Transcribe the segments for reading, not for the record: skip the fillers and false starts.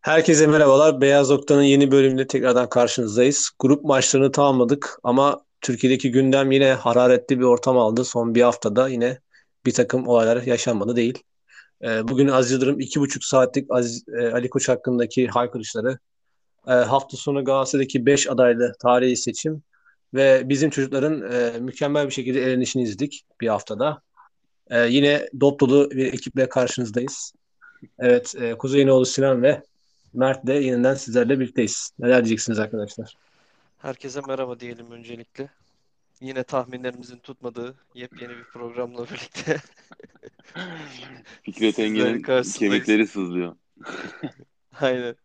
Herkese merhabalar. Beyaz Okta'nın yeni bölümünde tekrardan karşınızdayız. Grup maçlarını tamamladık ama Türkiye'deki gündem yine hararetli bir ortam aldı. Son bir haftada yine bir takım olaylar yaşanmadı değil. Bugün Aziz Yıldırım 2,5 saatlik Ali Koç hakkındaki haykırışları, hafta sonu Galatasaray'daki 5 adaylı tarihi seçim ve bizim çocukların mükemmel bir şekilde elenişini izledik bir haftada. Yine dop dolu bir ekiple karşınızdayız. Evet, Kuzeyinoğlu Sinan ve Mert de yeniden sizlerle birlikteyiz. Neler diyeceksiniz arkadaşlar? Herkese merhaba diyelim öncelikle. Yine tahminlerimizin tutmadığı yepyeni bir programla birlikte Fikret sizlerin Engin'in karşısındayız. kemikleri sızlıyor. Aynen.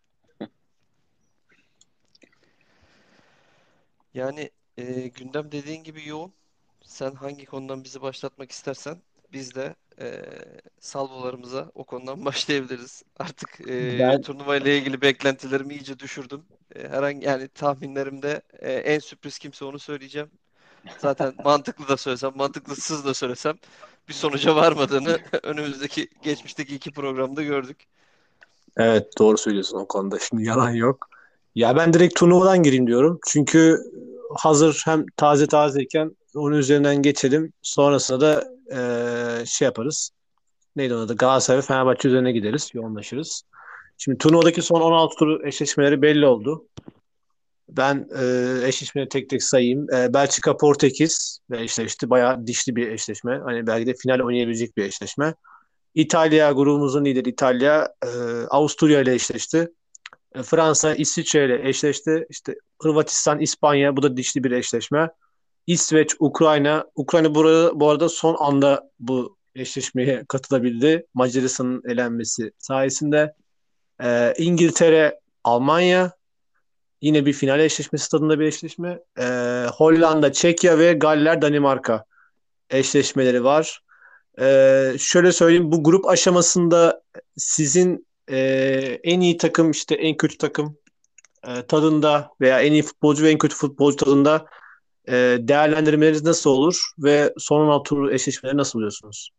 Yani gündem dediğin gibi yoğun. Sen hangi konudan bizi başlatmak istersen biz de salvolarımıza o konudan başlayabiliriz. Artık Ben turnuva ile ilgili beklentilerimi iyice düşürdüm. Herhangi yani tahminlerimde en sürpriz kimse onu söyleyeceğim. Zaten mantıklı da söylesem, mantıklısız da söylesem bir sonuca varmadığını önümüzdeki, geçmişteki iki programda gördük. evet doğru söylüyorsun o konuda. Şimdi yalan yok. Ya ben direkt turnuvadan gireyim diyorum. Çünkü hazır hem taze tazeyken onun üzerinden geçelim. Sonrasında da şey yaparız. Neydi onun adı? Galatasaray ve Fenerbahçe üzerine gideriz. Yoğunlaşırız. Şimdi turnuvadaki son 16 tur eşleşmeleri belli oldu. Ben eşleşmeleri tek tek sayayım. Belçika Portekiz ve eşleşti. Bayağı dişli bir eşleşme. Hani belki de final oynayabilecek bir eşleşme. İtalya grubumuzun lideri İtalya Avusturya ile eşleşti. Fransa İsviçre ile eşleşti. İşte Hırvatistan İspanya bu da dişli bir eşleşme. İsveç Ukrayna. Ukrayna bu arada son anda bu eşleşmeye katılabildi. Macaristan'ın elenmesi sayesinde. İngiltere Almanya. Yine bir final eşleşmesi tadında bir eşleşme. Hollanda, Çekya ve Galler, Danimarka eşleşmeleri var. Şöyle söyleyeyim, bu grup aşamasında sizin en iyi takım işte en kötü takım tadında veya en iyi futbolcu ve en kötü futbolcu tadında değerlendirmeleriniz nasıl olur ve son 16 tur eşleşmeleri nasıl buluyorsunuz?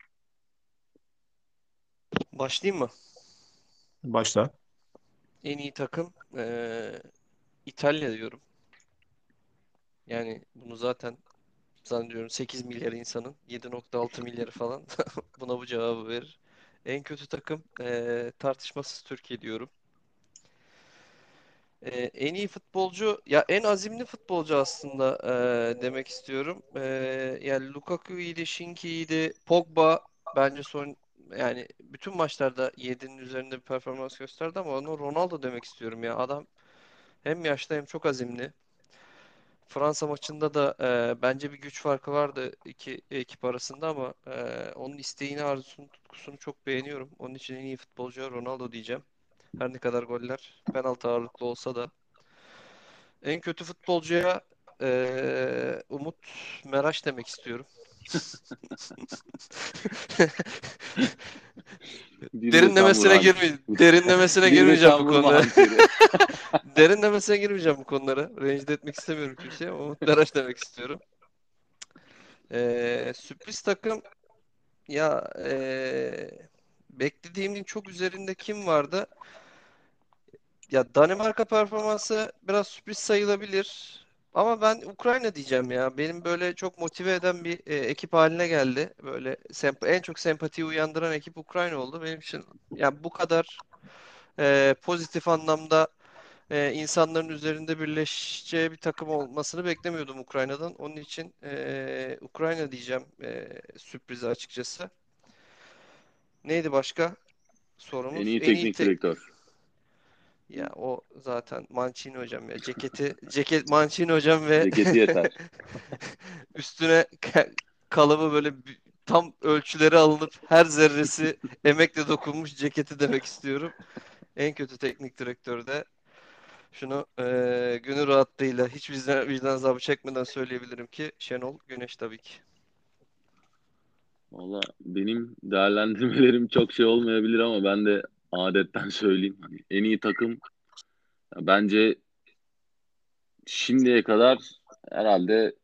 Başlayayım mı? Başla. En iyi takım İtalya diyorum. Yani bunu zaten zannediyorum 8 milyar insanın 7,6 milyarı falan buna bu cevabı verir. En kötü takım tartışmasız Türkiye diyorum. En iyi futbolcu ya en azimli futbolcu aslında demek istiyorum. Yani Lukaku iyiydi, Şinki iyiydi, Pogba bence son yani bütün maçlarda 7'nin üzerinde bir performans gösterdi ama onu Ronaldo demek istiyorum ya. Adam hem yaşlı hem çok azimli. Fransa maçında da bence bir güç farkı vardı iki ekip arasında ama onun isteğini, arzusunu, tutkusunu çok beğeniyorum. Onun için en iyi futbolcu Ronaldo diyeceğim. Her ne kadar goller penaltı ağırlıklı olsa da. En kötü futbolcuya Umut Meraş demek istiyorum. Bir de sen vur Derinlemesine hançeri. girmeyeceğim. Derinlemesine Bir de girmeyeceğim sen bu vurma konulara. hançeri. Derinlemesine girmeyeceğim bu konulara. Rencide etmek istemiyorum kimseye ama Umut Meraş demek istiyorum. Sürpriz takım ya beklediğimin çok üzerinde kim vardı? Ya Danimarka performansı biraz sürpriz sayılabilir. Ama ben Ukrayna diyeceğim ya. Benim böyle çok motive eden bir ekip haline geldi. Böyle en çok sempatiyi uyandıran ekip Ukrayna oldu. Benim için yani bu kadar pozitif anlamda insanların üzerinde birleşeceği bir takım olmasını beklemiyordum Ukrayna'dan. Onun için Ukrayna diyeceğim sürprizi açıkçası. Neydi başka En sorumuz? iyi En iyi teknik direktör. ya o zaten Mancini hocam ya ceket Mancini hocam ve Ceketi yeter. üstüne kalıbı böyle tam ölçüleri alınıp her zerresi emekle dokunmuş ceketi demek istiyorum. En kötü teknik direktör de şunu gönül rahatlığıyla hiç vicdan azabı çekmeden söyleyebilirim ki Şenol Güneş tabii ki. Valla benim değerlendirmelerim çok şey olmayabilir ama ben de adetten söyleyeyim. Hani en iyi takım bence şimdiye kadar herhalde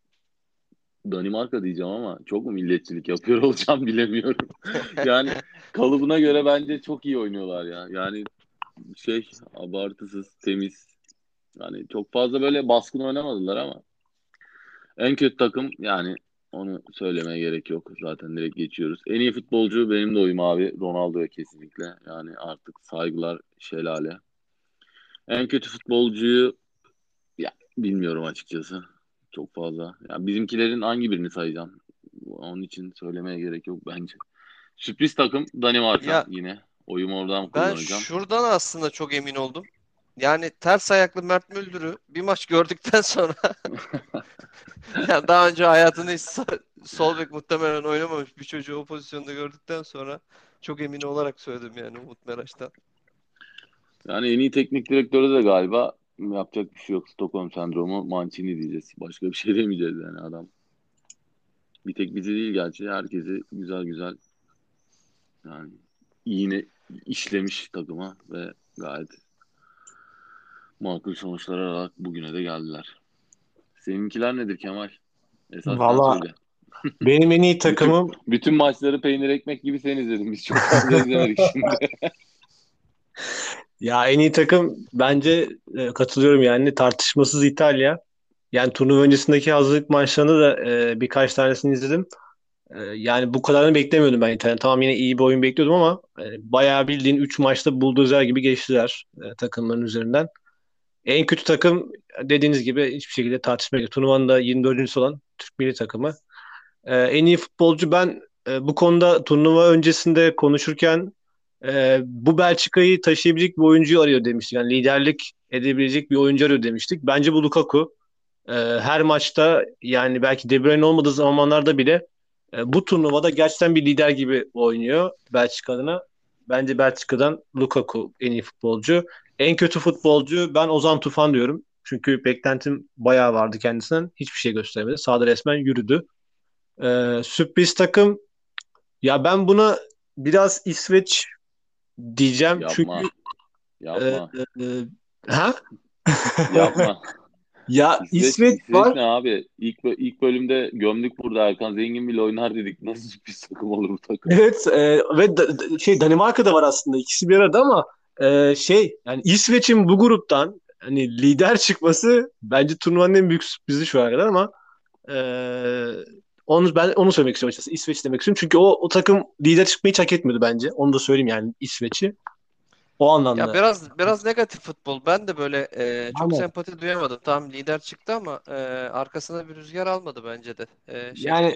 Danimarka diyeceğim ama çok mu milliyetçilik yapıyor olacağım bilemiyorum. Yani kalıbına göre bence çok iyi oynuyorlar ya. Yani abartısız, temiz. Yani çok fazla böyle baskın oynamadılar ama en kötü takım yani onu söylemeye gerek yok. Zaten direkt geçiyoruz. En iyi futbolcu benim de oyum abi. Ronaldo'ya kesinlikle. Yani artık saygılar şelale. En kötü futbolcuyu ya bilmiyorum açıkçası. Çok fazla. Ya bizimkilerin hangi birini sayacağım? Onun için söylemeye gerek yok bence. Sürpriz takım Danimarka Ya yine. Oyumu oradan ben kullanacağım. şuradan aslında çok emin oldum. Yani ters ayaklı Mert Müldür'ü bir maç gördükten sonra yani daha önce hayatında hiç sol bek muhtemelen oynamamış bir çocuğu o pozisyonda gördükten sonra çok emin olarak söyledim yani Umut Meraş'tan. Yani en iyi teknik direktörü de galiba yapacak bir şey yok. Stockholm sendromu Mancini diyeceğiz. Başka bir şey demeyeceğiz yani adam. Bir tek bizi değil gerçi. Herkesi güzel güzel yani iğne işlemiş takıma ve gayet makul sonuçlar alarak bugüne de geldiler. Seninkiler nedir Kemal? Esas sen Valla söyle. benim en iyi Bütün takımım, bütün maçları peynir ekmek gibi sen izledin. Biz çok fazla izlemedik şimdi. ya en iyi takım bence, katılıyorum yani, tartışmasız İtalya. Yani turnuva öncesindeki hazırlık maçlarını da birkaç tanesini izledim. Yani bu kadarını beklemiyordum ben İtalya'dan. Tamam, yine iyi bir oyun bekliyordum ama bayağı bildiğin 3 maçta buldozer gibi geçtiler takımların üzerinden. En kötü takım, dediğiniz gibi, hiçbir şekilde tartışmaya gerek yok. Turnuvanın da 24. olan Türk milli takımı. En iyi futbolcu, ben bu konuda turnuva öncesinde konuşurken bu Belçika'yı taşıyabilecek bir oyuncuyu arıyor demiştik. Yani liderlik edebilecek bir oyuncu arıyor demiştik. Bence bu Lukaku. Her maçta, yani belki De Bruyne olmadığı zamanlarda bile bu turnuvada gerçekten bir lider gibi oynuyor Belçika adına. Bence Belçika'dan Lukaku en iyi futbolcu. En kötü futbolcu, ben Ozan Tufan diyorum. Çünkü beklentim bayağı vardı kendisinden. Hiçbir şey gösteremedi. Sahada resmen yürüdü. Sürpriz takım, ya ben buna biraz İsveç diyeceğim. Çünkü Yapma. e, Yapma. ha? Yapma. Ya İsveç İsveç var. ne abi? İlk bölümde gömdük burada Erkan Zengin bile oynar dedik. Nasıl sürpriz takım olur bu takım? Evet, ve Danimarka'da var aslında, ikisi bir arada ama yani İsveç'in bu gruptan hani lider çıkması bence turnuvanın en büyük sürprizi şu ana kadar ama e, onu söylemek istiyorum açıkçası. İsveç demek istiyorum. Çünkü o takım lider çıkmayı hiç hak etmiyordu bence. Onu da söyleyeyim yani, İsveç'i. O Ya anlamda. biraz negatif futbol. Ben de böyle çok Aynen. sempati duyamadım. Tamam lider çıktı ama arkasına bir rüzgar almadı bence de. Yani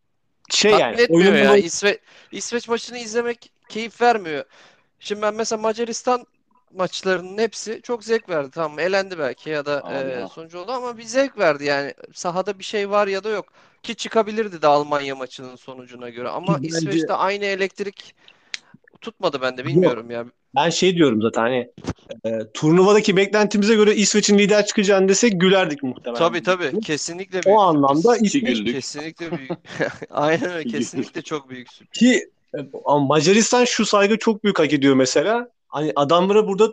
yani Tatmin etmiyor oyunun ya. o İsveç maçını izlemek keyif vermiyor. Şimdi ben mesela Macaristan maçlarının hepsi çok zevk verdi. Tamam elendi belki ya da Abi ha. sonucu oldu ama bir zevk verdi yani. Sahada bir şey var ya da yok. Ki çıkabilirdi de Almanya maçının sonucuna göre. ki Ama bence İsveç'te aynı elektrik tutmadı bende yok. bilmiyorum ya. Ben diyorum zaten, hani turnuvadaki beklentimize göre İsveç'in lider çıkacağını desek gülerdik muhtemelen. Tabii tabii. Kesinlikle O büyük anlamda sürpriz. Ki İsveç, güldük. Kesinlikle büyük. Aynen öyle. Ki güldük. Kesinlikle çok büyük sürpriz. ki ama Macaristan şu saygı çok büyük hak ediyor mesela. Hani adamlara burada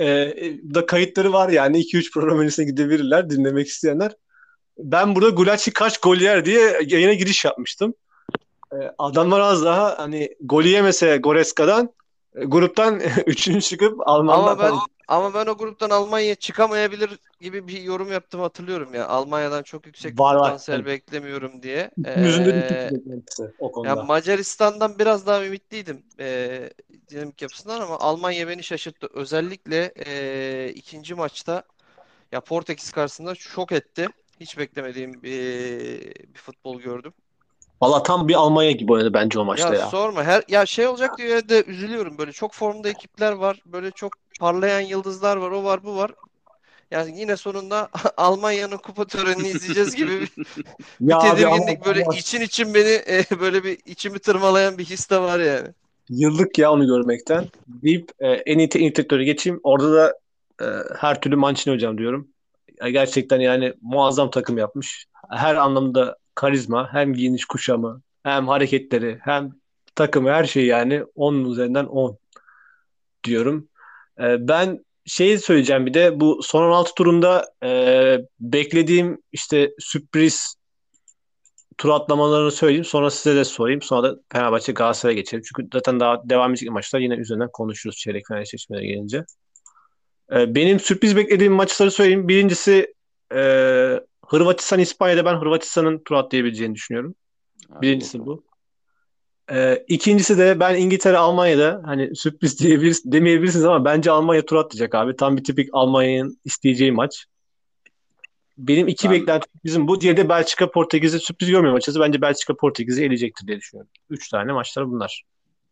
da kayıtları var yani, 2-3 program öncesine gidebilirler dinlemek isteyenler. Ben burada Gulaçi kaç gol yer diye yayına giriş yapmıştım. Adamlar az daha, hani golü yemese Goreska'dan gruptan üçüncü çıkıp Ama Almanlar ben falan. ama ben o gruptan Almanya çıkamayabilir gibi bir yorum yaptım hatırlıyorum ya. Almanya'dan çok yüksek bir Var var. potansiyel Yani, beklemiyorum diye. ikimizin de düşük beklentisi o Ya konuda. Macaristan'dan biraz daha ümitliydim dinamik yapısından ama Almanya beni şaşırttı. Özellikle ikinci maçta ya Portekiz karşısında şok etti. Hiç beklemediğim bir futbol gördüm. Valla tam bir Almanya gibi oynadı bence o maçta Ya ya. sorma ya şey olacak diye de üzülüyorum. Böyle çok formda ekipler var. Böyle çok parlayan yıldızlar var. O var bu var. Yani yine sonunda Almanya'nın kupa törenini izleyeceğiz gibi bir Ya abi, tedirginlik böyle için beni böyle bir içimi tırmalayan bir his de var yani. yıllık ya onu görmekten deyip en iyi teknik direktöre geçeyim. Orada da her türlü Mancini hocam diyorum. Ya gerçekten yani muazzam takım yapmış. Her anlamda karizma, hem giyiniş kuşamı, hem hareketleri, hem takımı, her şey yani 10 üzerinden 10 diyorum. Ben söyleyeceğim, bir de bu son 16 turunda beklediğim işte sürpriz tur atlamalarını söyleyeyim. Sonra size de sorayım. Sonra da Fenerbahçe Galatasaray'a geçelim. Çünkü zaten daha devam edecek maçlar yine üzerinden konuşuruz çeyrek final eşleşmeleri gelince. Benim sürpriz beklediğim maçları söyleyeyim. Birincisi e, Hırvatistan İspanya'da ben Hırvatistan'ın tur atlayabileceğini düşünüyorum. Hadi Birincisi bakalım. bu. İkincisi de ben İngiltere Almanya'da hani sürpriz demeyebilirsiniz ama bence Almanya tur atlayacak abi. Tam bir tipik Almanya'nın isteyeceği maç. Benim iki Ben beklentim bizim bu. Diğeri de Belçika Portekiz'i sürpriz görmüyorum açıkçası. Bence Belçika Portekiz'i eleyecektir diye düşünüyorum. Üç tane maçlar bunlar.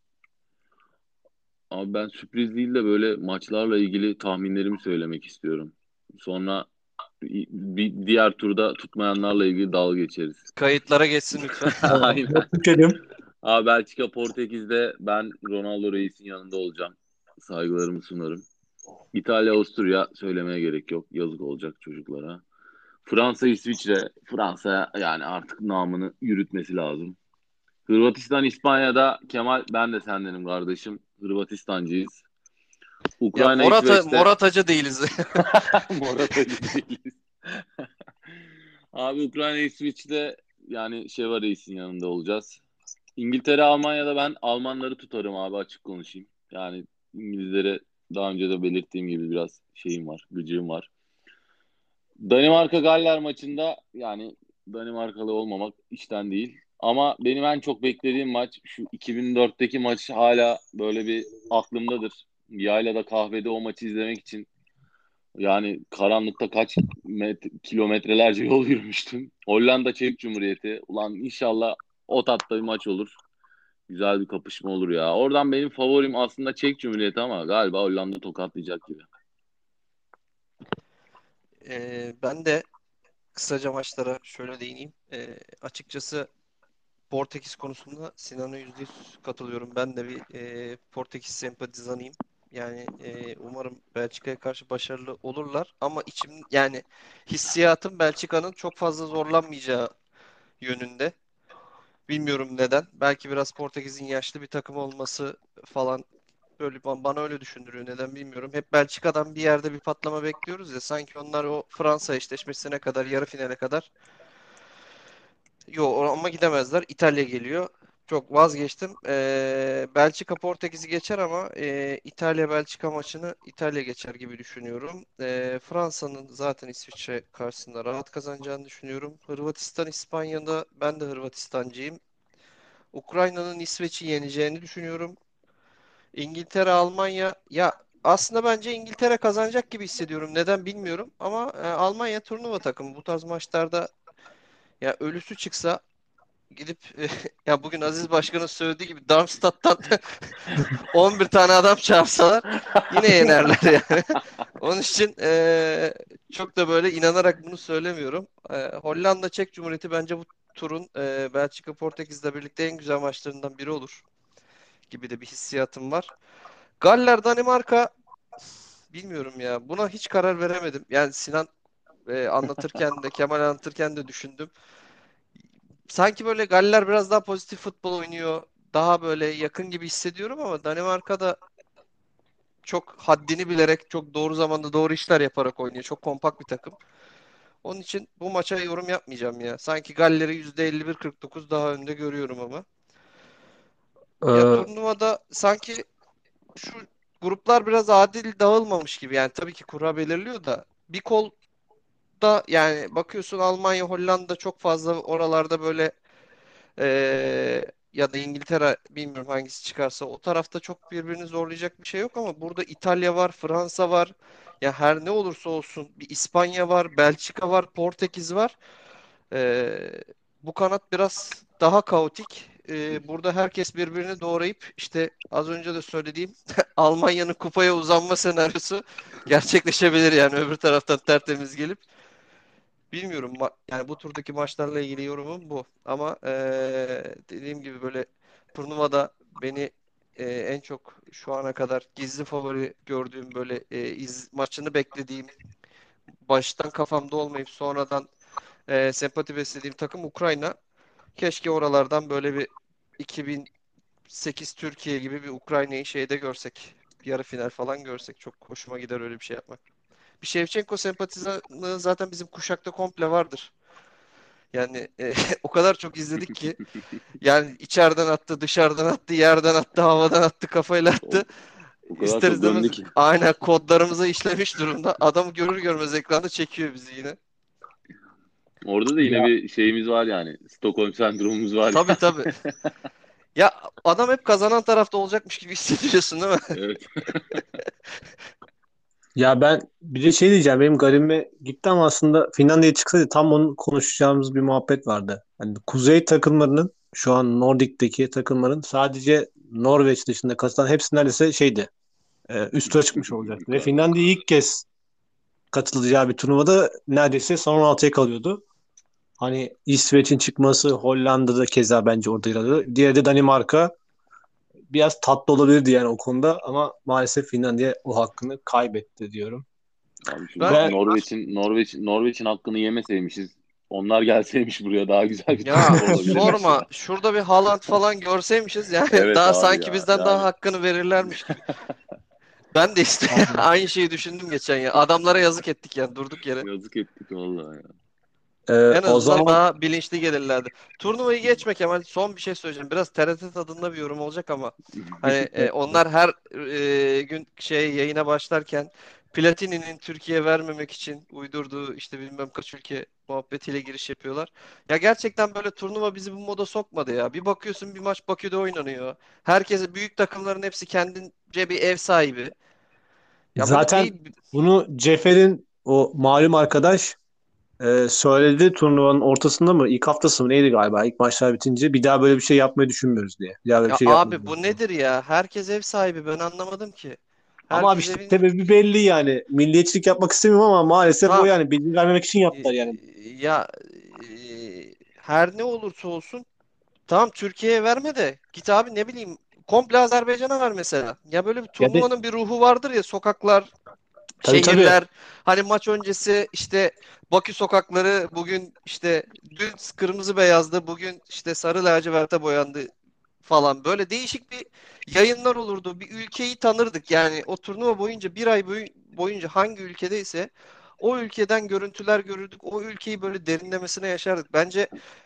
Ama ben sürpriz değil de böyle maçlarla ilgili tahminlerimi söylemek istiyorum. Sonra bir diğer turda tutmayanlarla ilgili dalga geçeriz. Kayıtlara geçsin lütfen. Tamam. Aynen. Not düşelim. Abi Belçika Portekiz'de ben Ronaldo Reis'in yanında olacağım. Saygılarımı sunarım. İtalya Avusturya söylemeye gerek yok. Yazık olacak çocuklara. Fransa İsviçre. Fransa yani artık namını yürütmesi lazım. Hırvatistan İspanya'da Kemal ben de sendenim kardeşim. Hırvatistancıyız. Ya Ukrayna İsveç'te Moratacı değiliz. Morata değiliz. Abi Ukrayna İsveç'te yani Şeva Reis'in yanında olacağız. İngiltere Almanya'da ben Almanları tutarım abi açık konuşayım. Yani İngilizlere daha önce de belirttiğim gibi biraz şeyim var, gıcığım var. Danimarka Galler maçında yani Danimarkalı olmamak işten değil. Ama benim en çok beklediğim maç şu 2004'teki maç hala böyle bir aklımdadır. Yaylada kahvede o maçı izlemek için yani karanlıkta kaç kilometrelerce yol yürümüştüm. Hollanda Çek Cumhuriyeti. Ulan inşallah o tatta bir maç olur. Güzel bir kapışma olur ya. Oradan benim favorim aslında Çek Cumhuriyeti ama galiba Hollanda tokatlayacak gibi. Ben de kısaca maçlara şöyle değineyim. Açıkçası Portekiz konusunda Sinan'a %100 katılıyorum. Ben de bir Portekiz sempatizanıyım. Yani umarım Belçika'ya karşı başarılı olurlar. Ama yani hissiyatım Belçika'nın çok fazla zorlanmayacağı yönünde. Bilmiyorum neden. Belki biraz Portekiz'in yaşlı bir takım olması falan böyle bana öyle düşündürüyor. Neden bilmiyorum. Hep Belçika'dan bir yerde bir patlama bekliyoruz ya. Sanki onlar o Fransa eşleşmesine kadar, yarı finale kadar. Yo ama gidemezler. İtalya geliyor. Çok vazgeçtim. Belçika Portekiz'i geçer ama İtalya Belçika maçını İtalya geçer gibi düşünüyorum. Fransa'nın zaten İsviçre karşısında rahat kazanacağını düşünüyorum. Hırvatistan İspanya'da ben de Hırvatistancıyım. Ukrayna'nın İsveç'i yeneceğini düşünüyorum. İngiltere Almanya ya aslında bence İngiltere kazanacak gibi hissediyorum. Neden bilmiyorum ama Almanya turnuva takımı. Bu tarz maçlarda ya ölüsü çıksa gidip ya bugün Aziz Başkan'ın söylediği gibi Darmstadt'tan 11 tane adam çağırsalar yine yenerler yani. Onun için çok da böyle inanarak bunu söylemiyorum. Hollanda Çek Cumhuriyeti bence bu turun Belçika Portekiz'le birlikte en güzel maçlarından biri olur gibi de bir hissiyatım var. Galler Danimarka bilmiyorum ya. Buna hiç karar veremedim. Yani Sinan anlatırken de Kemal anlatırken de düşündüm. Sanki böyle Galler biraz daha pozitif futbol oynuyor. Daha böyle yakın gibi hissediyorum ama Danimarka'da çok haddini bilerek, çok doğru zamanda doğru işler yaparak oynuyor. Çok kompakt bir takım. Onun için bu maça yorum yapmayacağım ya. Sanki Galler'i %51-49 daha önde görüyorum ama. Ya Ee, turnuvada sanki şu gruplar biraz adil dağılmamış gibi. Yani tabii ki kura belirliyor da bir kolda yani bakıyorsun Almanya, Hollanda çok fazla oralarda böyle ya da İngiltere bilmiyorum hangisi çıkarsa o tarafta çok birbirini zorlayacak bir şey yok ama burada İtalya var, Fransa var. Ya her ne olursa olsun bir İspanya var, Belçika var, Portekiz var. Bu kanat biraz daha kaotik. Burada herkes birbirini doğrayıp işte az önce de söylediğim Almanya'nın kupaya uzanma senaryosu gerçekleşebilir yani öbür taraftan tertemiz gelip. Bilmiyorum yani bu turdaki maçlarla ilgili yorumum bu. Ama dediğim gibi böyle turnuvada beni en çok şu ana kadar gizli favori gördüğüm böyle maçını beklediğim baştan kafamda olmayıp sonradan sempati beslediğim takım Ukrayna. Keşke oralardan böyle bir 2008 Türkiye gibi bir Ukrayna'yı şeyde görsek. Yarı final falan görsek. Çok hoşuma gider öyle bir şey yapmak. Bir Şevçenko sempatizanı zaten bizim kuşakta komple vardır. Yani o kadar çok izledik ki yani içeriden attı, dışarıdan attı, yerden attı, havadan attı, kafayla O, attı. o kadar İster çok istemez döndü ki. aynen kodlarımıza işlemiş durumda. Adam görür görmez ekranda çekiyor bizi yine. Orada da yine Ya, bir şeyimiz var yani. Stockholm sendromumuz var Tabii yani. tabii. Ya adam hep kazanan tarafta olacakmış gibi hissediyorsun değil mi? Evet. ya ben bir de şey diyeceğim, benim garibime gitti ama aslında Finlandiya'ya çıksaydı tam onu konuşacağımız bir muhabbet vardı. Hani kuzey takımlarının, şu an Nordic'teki takımların sadece Norveç dışında katılan hepsi neredeyse şeydi, üst tura çıkmış olacaktı. Ve Finlandiya ilk kez katılacağı bir turnuvada neredeyse son 16'ya kalıyordu. Hani İsveç'in çıkması, Hollanda'da keza bence orada yer alıyordu. Diğeri de Danimarka. Biraz tatlı olabilirdi yani o konuda ama maalesef Finlandiya o hakkını kaybetti diyorum. Abi şu Ben Ben Norveç'in hakkını yemeseymişiz. Onlar gelseymiş buraya daha güzel bir ya turnuva olabilirmiş sorma ya. şurada bir Haaland falan görseymişiz yani Evet daha abi sanki ya. bizden daha Yani hakkını verirlermiş gibi. Ben de işte Aynen. aynı şeyi düşündüm geçen ya. Adamlara yazık ettik yani durduk yere. yazık ettik vallahi ya. En O azından zaman daha bilinçli gelirlerdi. Turnuvayı geçme Kemal. Son bir şey söyleyeceğim. Biraz TRT tadında bir yorum olacak ama hani onlar her gün yayına başlarken Platini'nin Türkiye vermemek için uydurduğu işte bilmem kaç ülke muhabbetiyle giriş yapıyorlar. Ya gerçekten böyle turnuva bizi bu moda sokmadı ya. Bir bakıyorsun bir maç Bakü'de oynanıyor. Herkese büyük takımların hepsi kendince bir ev sahibi. Ya böyle zaten bir bunu Cefer'in o malum arkadaş söyledi turnuvanın ortasında mı, ilk haftası mı neydi galiba, ilk maçlar bitince bir daha böyle bir şey yapmayı düşünmüyoruz diye. Bir daha böyle bir ya şey abi yapmayacağız. bu nedir ya? Herkes ev sahibi. Ben anlamadım ki. Ama abi Herkes işte evin sebebi belli yani. Milliyetçilik yapmak istemiyorum ama maalesef o, tam yani bilgi vermemek için e, yaptılar yani. ya her ne olursa olsun tamam Türkiye'ye verme de git abi ne bileyim komple Azerbaycan'a ver mesela. Ya böyle bir Ya de, turnuvanın bir ruhu vardır ya sokaklar, tabii tabii. şehirler hani maç öncesi işte Bakü sokakları bugün işte dün kırmızı beyazdı bugün işte sarı laciverte boyandı falan böyle değişik bir yayınlar olurdu. Bir ülkeyi tanırdık yani o turnuva boyunca bir ay boyunca hangi ülkedeyse o ülkeden görüntüler görürdük. O ülkeyi böyle derinlemesine yaşardık. Bence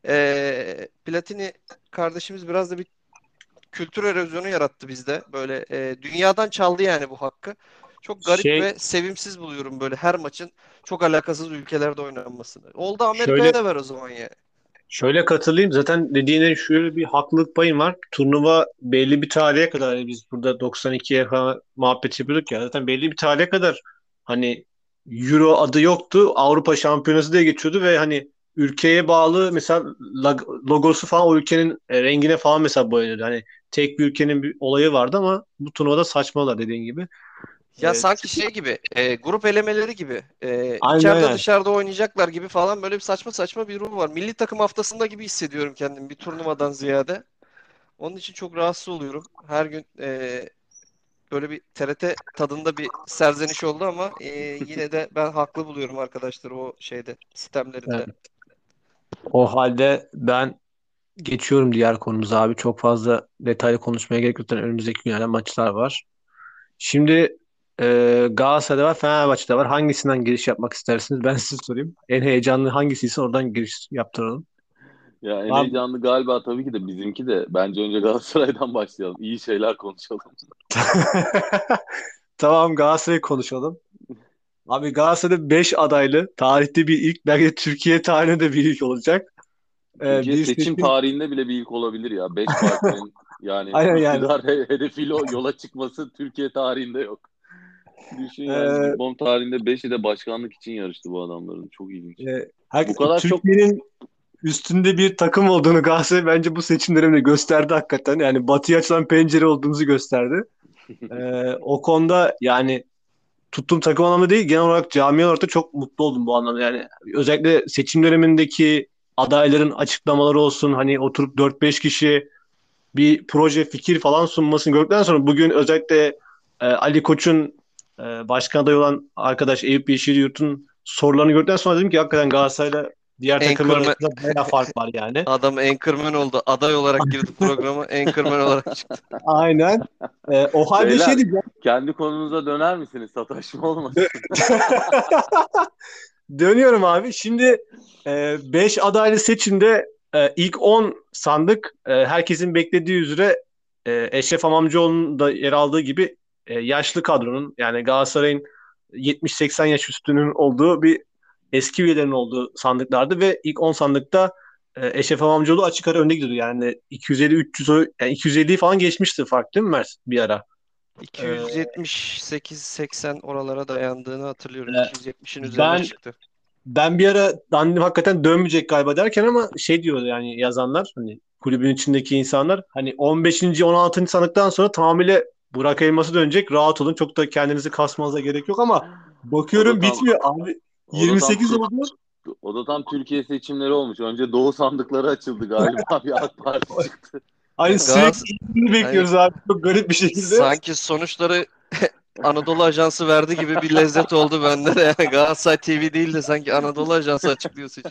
Platini kardeşimiz biraz da bir kültür erozyonu yarattı bizde. Böyle dünyadan çaldı yani bu hakkı. Çok garip Şey ve sevimsiz buluyorum böyle her maçın çok alakasız ülkelerde oynanmasını. Oldu Amerika'ya şöyle da ver o zaman yani. Şöyle katılayım. Zaten dediğine şöyle bir haklılık payım var. Turnuva belli bir tarihe kadar, hani biz burada 92'ye falan muhabbet yapıyorduk ya. Zaten belli bir tarihe kadar hani Euro adı yoktu. Avrupa Şampiyonası diye geçiyordu ve hani ülkeye bağlı mesela logosu falan o ülkenin rengine falan mesela boyanıyordu. Hani tek bir ülkenin bir olayı vardı ama bu turnuvada saçmalar dediğin gibi. Ya sanki Çünkü şey gibi grup elemeleri gibi aynen içeride aynen. dışarıda oynayacaklar gibi falan böyle bir saçma saçma bir ruhu var. Milli takım haftasında gibi hissediyorum kendimi bir turnuvadan ziyade. Onun için çok rahatsız oluyorum. Her gün böyle bir TRT tadında bir serzeniş oldu ama yine de ben haklı buluyorum arkadaşlar o şeyde sistemlerinde. Evet. O halde ben geçiyorum diğer konumuza abi. Çok fazla detaylı konuşmaya gerek yok. Zaten önümüzdeki günlerde maçlar var. Şimdi Galatasaray'da var, Fenerbahçe'de var. Hangisinden giriş yapmak istersiniz? Ben size sorayım. En heyecanlı hangisiyse oradan giriş yaptıralım. Ya en Abi, heyecanlı galiba tabii ki de bizimki de. Bence önce Galatasaray'dan başlayalım. İyi şeyler konuşalım. tamam, Galatasaray'ı konuşalım. Abi Galatasaray'da 5 adaylı. Tarihte bir ilk. Belki de Türkiye tarihinde de bir ilk olacak. Türkiye Bir seçim seçim. tarihinde bile bir ilk olabilir ya. Beş partinin yani Aynen yani. iktidar hedefiyle yola çıkması Türkiye tarihinde yok. Düşün yani E, futbol tarihinde beşi de başkanlık için yarıştı bu adamların. Çok ilginç. Bu kadar çok Türkiye'nin üstünde bir takım olduğunu Galatasaray bence bu seçimlerimle gösterdi hakikaten. Yani batıya açılan pencere olduğumuzu gösterdi. O konuda yani tuttuğum takım anlamda değil, genel olarak cami olarak da çok mutlu oldum bu anlamda. Yani özellikle seçim dönemindeki adayların açıklamaları olsun, hani oturup 4-5 kişi bir proje fikir falan sunmasını gördükten sonra bugün özellikle Ali Koç'un başkan adayı olan arkadaş Eyüp Yeşilyurt'un sorularını gördükten sonra dedim ki hakikaten Galatasaray'la diğer takımlar Anchorman arasında bayağı fark var yani. adam Anchorman oldu. Aday olarak girdi programa. Anchorman olarak çıktı. Aynen. O halde şey beyler diyeceğim. kendi konunuza döner misiniz? Sataşma olmasın. Dönüyorum abi. Şimdi 5 adaylı seçimde ilk 10 sandık herkesin beklediği üzere Eşref Amamcıoğlu'nun da yer aldığı gibi yaşlı kadronun yani Galatasaray'ın 70-80 yaş üstünün olduğu bir eski üyelerin olduğu sandıklardı ve ilk 10 sandıkta Eşref Amamcıoğlu açık ara önde gidiyordu. Yani 250-300 yani 250'yi falan geçmişti fark değil mi Mert bir ara? E, 278-80 oralara dayandığını hatırlıyorum. e, 270'in üzerine ben çıktı. Ben bir ara Dandim hakikaten dönmeyecek galiba derken ama şey diyordu yani yazanlar hani kulübün içindeki insanlar hani 15. 16. sandıktan sonra tamamıyla Burak Elmas'a dönecek. Rahat olun. Çok da kendinizi kasmanıza gerek yok ama O da bakıyorum tam bitmiyor abi. o da tam 28 oldu. o da tam Türkiye seçimleri olmuş. Önce Doğu sandıkları açıldı galiba. Bir AK Parti çıktı. Hani Ya sürekli Gaz iyiliğini hani bekliyoruz abi. Çok garip bir şekilde. sanki sonuçları Anadolu Ajansı verdi gibi bir lezzet oldu bende de. Yani Galatasaray TV değil de sanki Anadolu Ajansı açıklıyor seçim.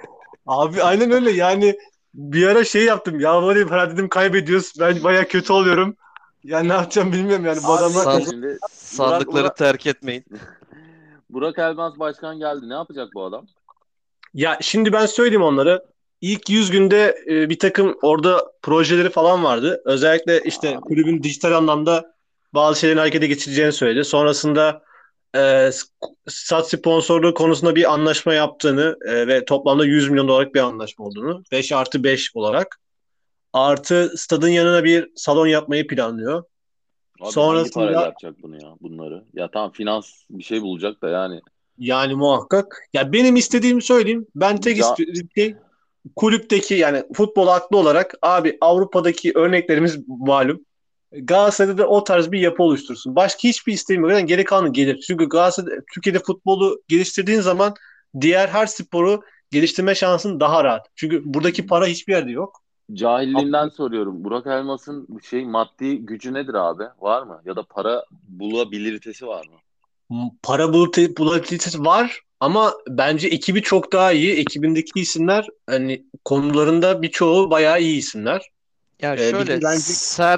Abi aynen öyle yani bir ara şey yaptım. Ya var ya herhalde dedim kaybediyoruz. Ben baya kötü oluyorum. Yani ne yapacağım bilmiyorum yani. Bu Abi adamlar neyse San- kazan. şimdi sandıkları terk etmeyin. Burak Elmas başkan geldi. Ne yapacak bu adam? Ya şimdi ben söyleyeyim onları. İlk 100 günde bir takım orada projeleri falan vardı. Özellikle işte Abi, kulübün dijital anlamda bazı şeylerin harekete geçireceğini söyledi. Sonrasında e, stat sponsorluğu konusunda bir anlaşma yaptığını ve toplamda 100 milyon dolarlık bir anlaşma olduğunu 5+5 olarak artı stadın yanına bir salon yapmayı planlıyor. abi hangi parayla Sonrasında yapacak bunu ya bunları? Ya tamam finans bir şey bulacak da yani yani muhakkak ya benim istediğimi söyleyeyim. Ben tek ca istediğim şey kulüpteki yani futbol aklı olarak abi Avrupa'daki örneklerimiz malum. Galatasaray'da da o tarz bir yapı oluştursun. Başka hiçbir isteğim yok. Yani geri kalanı gelir. Çünkü Galatasaray Türkiye'de futbolu geliştirdiğin zaman diğer her sporu geliştirme şansın daha rahat. Çünkü buradaki para hiçbir yerde yok. cahilliğinden soruyorum. Burak Elmas'ın maddi gücü nedir abi? Var mı? Ya da para bulabilitesi var mı? Para bulutiyeti var ama bence ekibi çok daha iyi. Ekibindeki isimler hani konularında birçoğu bayağı iyi isimler. Ya Bir de şöyle bence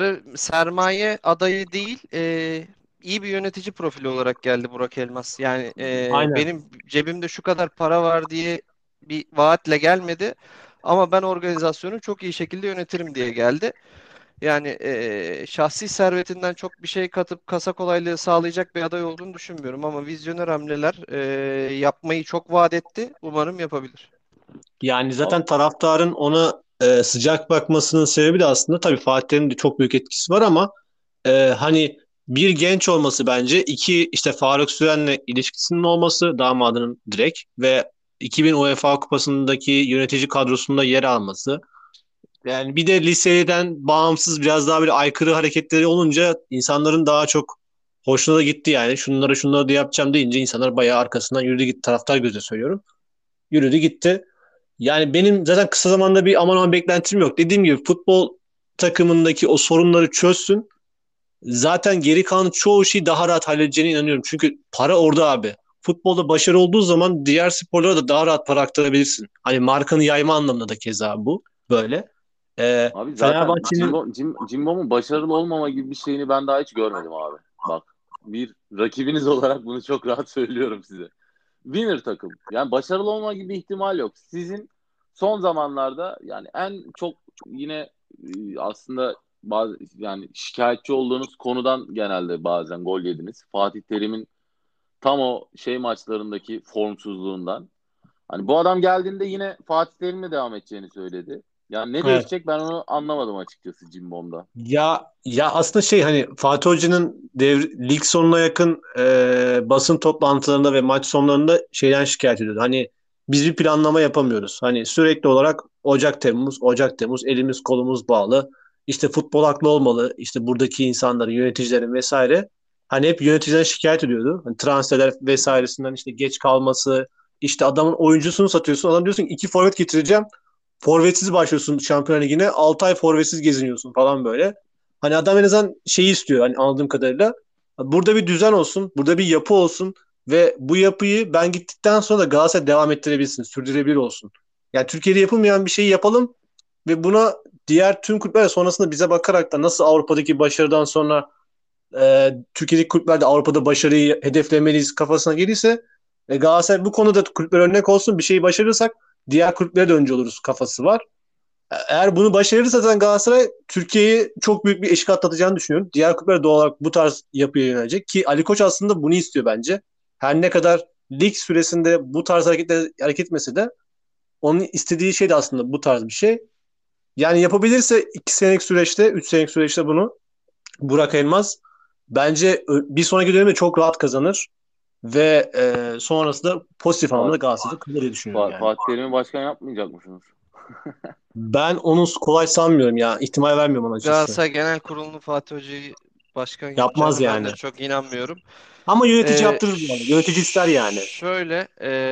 sermaye adayı değil, iyi bir yönetici profili olarak geldi Burak Elmas. Yani aynen. benim cebimde şu kadar para var diye bir vaatle gelmedi. Ama ben organizasyonu çok iyi şekilde yönetirim diye geldi. Yani şahsi servetinden çok bir şey katıp kasa kolaylığı sağlayacak bir aday olduğunu düşünmüyorum. Ama vizyoner hamleler yapmayı çok vaat etti. Umarım yapabilir. Yani Abi, zaten taraftarın ona sıcak bakmasının sebebi de aslında tabii Fatih'in de çok büyük etkisi var ama hani bir genç olması bence iki işte Faruk Süren'le ilişkisinin olması damadının direkt ve 2000 UEFA Kupası'ndaki yönetici kadrosunda yer alması. Yani bir de liseden bağımsız biraz daha bir aykırı hareketleri olunca insanların daha çok hoşuna da gitti yani. Şunları da yapacağım deyince insanlar bayağı arkasından yürüdü gitti. Taraftar gözü söylüyorum. Yürüdü gitti. Yani benim zaten kısa zamanda bir aman aman beklentim yok. Dediğim gibi futbol takımındaki o sorunları çözsün. Zaten geri kalan çoğu şeyi daha rahat halledeceğine inanıyorum. Çünkü para orada abi. Futbolda başarı olduğu zaman diğer sporlara da daha rahat para aktarabilirsin. Hani markanı yayma anlamında da keza bu böyle. abi zaten Fenerbahçe'nin Cimbom'un başarılı olmama gibi bir şeyini ben daha hiç görmedim abi. Bak bir rakibiniz olarak bunu çok rahat söylüyorum size. Winner takım. Yani başarılı olma gibi bir ihtimal yok. Sizin son zamanlarda yani en çok yine aslında bazı yani şikayetçi olduğunuz konudan genelde bazen gol yediniz. Fatih Terim'in tam o maçlarındaki formsuzluğundan. Hani bu adam geldiğinde yine Fatih Terim'le devam edeceğini söyledi. Yani ne evet. değişecek ben onu anlamadım açıkçası Cimbom'da. Ya aslında şey hani Fatih Hoca'nın lig sonuna yakın basın toplantılarında ve maç sonlarında şeyden şikayet ediyordu. Hani biz bir planlama yapamıyoruz. Hani sürekli olarak Ocak Temmuz elimiz kolumuz bağlı. İşte futbol haklı olmalı. İşte buradaki insanların, yöneticilerin vesaire. Hani hep yöneticiden şikayet ediyordu. Hani transferler vesairesinden işte geç kalması. İşte adamın oyuncusunu satıyorsun. Adam diyorsun ki iki forvet getireceğim. Forvetsiz başlıyorsun Şampiyonlar Ligi'ne. 6 ay forvetsiz geziniyorsun falan böyle. Hani adam en azından şeyi istiyor hani anladığım kadarıyla. Burada bir düzen olsun, burada bir yapı olsun ve bu yapıyı ben gittikten sonra da Galatasaray devam ettirebilsin, sürdürebilir olsun. Yani Türkiye'de yapılmayan bir şeyi yapalım ve buna diğer tüm kulüpler sonrasında bize bakarak da nasıl Avrupa'daki başarıdan sonra Türkiye'deki kulüpler de Avrupa'da başarıyı hedeflemeliyiz kafasına gelirse Galatasaray bu konuda kulüpler örnek olsun, bir şeyi başarırsak diğer kulüplere de önce oluruz kafası var. Eğer bunu başarırsa zaten Galatasaray Türkiye'yi çok büyük bir eşik atlatacağını düşünüyorum. Diğer kulüpler doğal olarak bu tarz yapıya yönelecek ki Ali Koç aslında bunu istiyor bence. Her ne kadar lig süresinde bu tarz hareket etmese de onun istediği şey de aslında bu tarz bir şey. Yani yapabilirse 2 senelik süreçte, 3 senelik süreçte bunu Burak Elmaz bence bir sonraki dönemde çok rahat kazanır ve sonrasında pozitif anlamda Fa- Galatasaray'da kalır diye düşünüyorum yani. Fatih Terim'i başkan yapmayacak mısınız? Ben onu kolay sanmıyorum ya. İhtimal vermiyorum ona açıkçası. Galatasaray Genel Kurulu'nun Fatih Hoca'yı başkan Yapmaz yapacağına ben de yani. çok inanmıyorum. Ama yönetici Ee, yaptırır bu arada. Yönetici ister yani. şöyle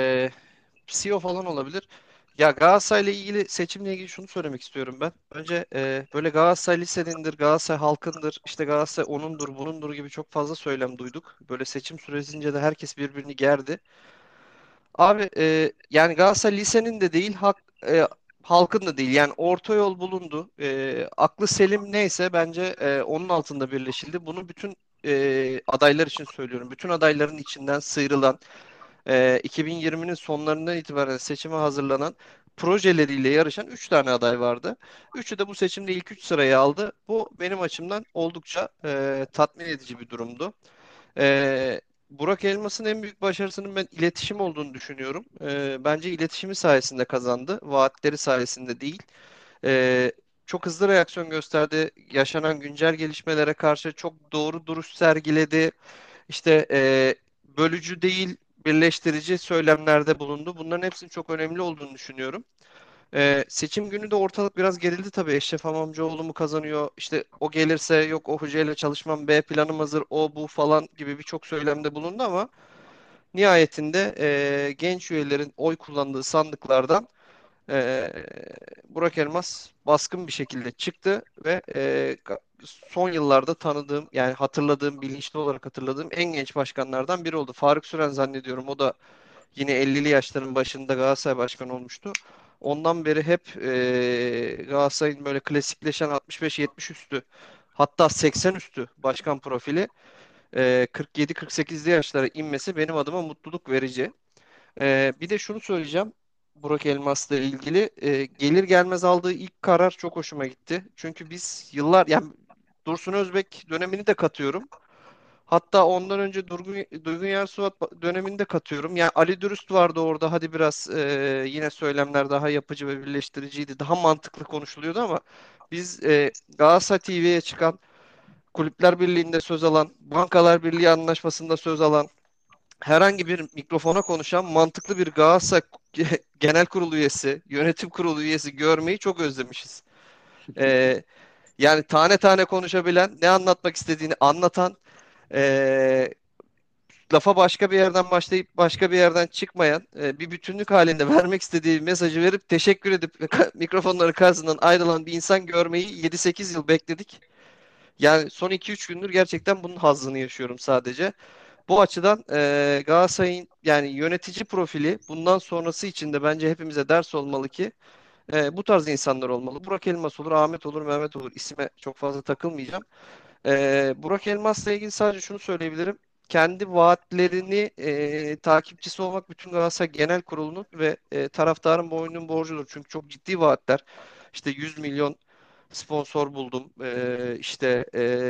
CEO falan olabilir. Ya Galatasaray'la ilgili seçimle ilgili şunu söylemek istiyorum ben. Önce böyle Galatasaray lisenindir, Galatasaray halkındır, işte Galatasaray onundur, bunundur gibi çok fazla söylem duyduk. Böyle seçim süresince de herkes birbirini gerdi. Abi yani Galatasaray lisenin de değil, halkın da değil. Yani orta yol bulundu. Aklı selim neyse bence onun altında birleşildi. Bunu bütün adaylar için söylüyorum. Bütün adayların içinden sıyrılan, 2020'nin sonlarından itibaren seçime hazırlanan projeleriyle yarışan 3 tane aday vardı. Üçü de bu seçimde ilk 3 sırayı aldı. Bu benim açımdan oldukça tatmin edici bir durumdu. Burak Elmas'ın en büyük başarısının ben iletişim olduğunu düşünüyorum. Bence iletişimi sayesinde kazandı. Vaatleri sayesinde değil. Ee, çok hızlı reaksiyon gösterdi. Yaşanan güncel gelişmelere karşı çok doğru duruş sergiledi. İşte bölücü değil, birleştirici söylemlerde bulundu. Bunların hepsinin çok önemli olduğunu düşünüyorum. Seçim günü de ortalık biraz gerildi tabii. Eşref Amamcıoğlu mu kazanıyor? İşte o gelirse yok o hocayla çalışmam, B planım hazır, o bu falan gibi birçok söylemde bulundu ama nihayetinde genç üyelerin oy kullandığı sandıklardan e, Burak Elmas baskın bir şekilde çıktı ve son yıllarda tanıdığım yani hatırladığım, bilinçli olarak hatırladığım en genç başkanlardan biri oldu. Faruk Süren zannediyorum o da yine 50'li yaşların başında Galatasaray başkanı olmuştu. Ondan beri hep Galatasaray'ın böyle klasikleşen 65-70 üstü hatta 80 üstü başkan profili 47-48'li yaşlara inmesi benim adıma mutluluk verici. Bir de şunu söyleyeceğim Burak Elmas'la ilgili. Gelir gelmez aldığı ilk karar çok hoşuma gitti. Çünkü biz yıllar yani Dursun Özbek dönemini de katıyorum. Hatta ondan önce Duygun Yarsuvat döneminde katıyorum. Yani Ali Dürüst vardı orada. Hadi biraz yine söylemler daha yapıcı ve birleştiriciydi. Daha mantıklı konuşuluyordu ama biz Galatasaray TV'ye çıkan, Kulüpler Birliği'nde söz alan, Bankalar Birliği anlaşmasında söz alan, herhangi bir mikrofona konuşan mantıklı bir Galatasaray Genel Kurulu üyesi, yönetim kurulu üyesi görmeyi çok özlemişiz. E, yani tane tane konuşabilen, ne anlatmak istediğini anlatan, e, lafa başka bir yerden başlayıp başka bir yerden çıkmayan, bir bütünlük halinde vermek istediği mesajı verip teşekkür edip mikrofonların karşısından ayrılan bir insan görmeyi 7-8 yıl bekledik. Yani son 2-3 gündür gerçekten bunun hazzını yaşıyorum sadece. Bu açıdan Galatasaray'ın yani yönetici profili bundan sonrası için de bence hepimize ders olmalı ki bu tarz insanlar olmalı. Burak Elmas olur, Ahmet olur, Mehmet olur. İsime çok fazla takılmayacağım. Burak Elmas'la ilgili sadece şunu söyleyebilirim. Kendi vaatlerini takipçisi olmak bütün Galatasaray Genel Kurulu'nun ve taraftarın boynunun borcudur. Çünkü çok ciddi vaatler. İşte 100 milyon sponsor buldum. İşte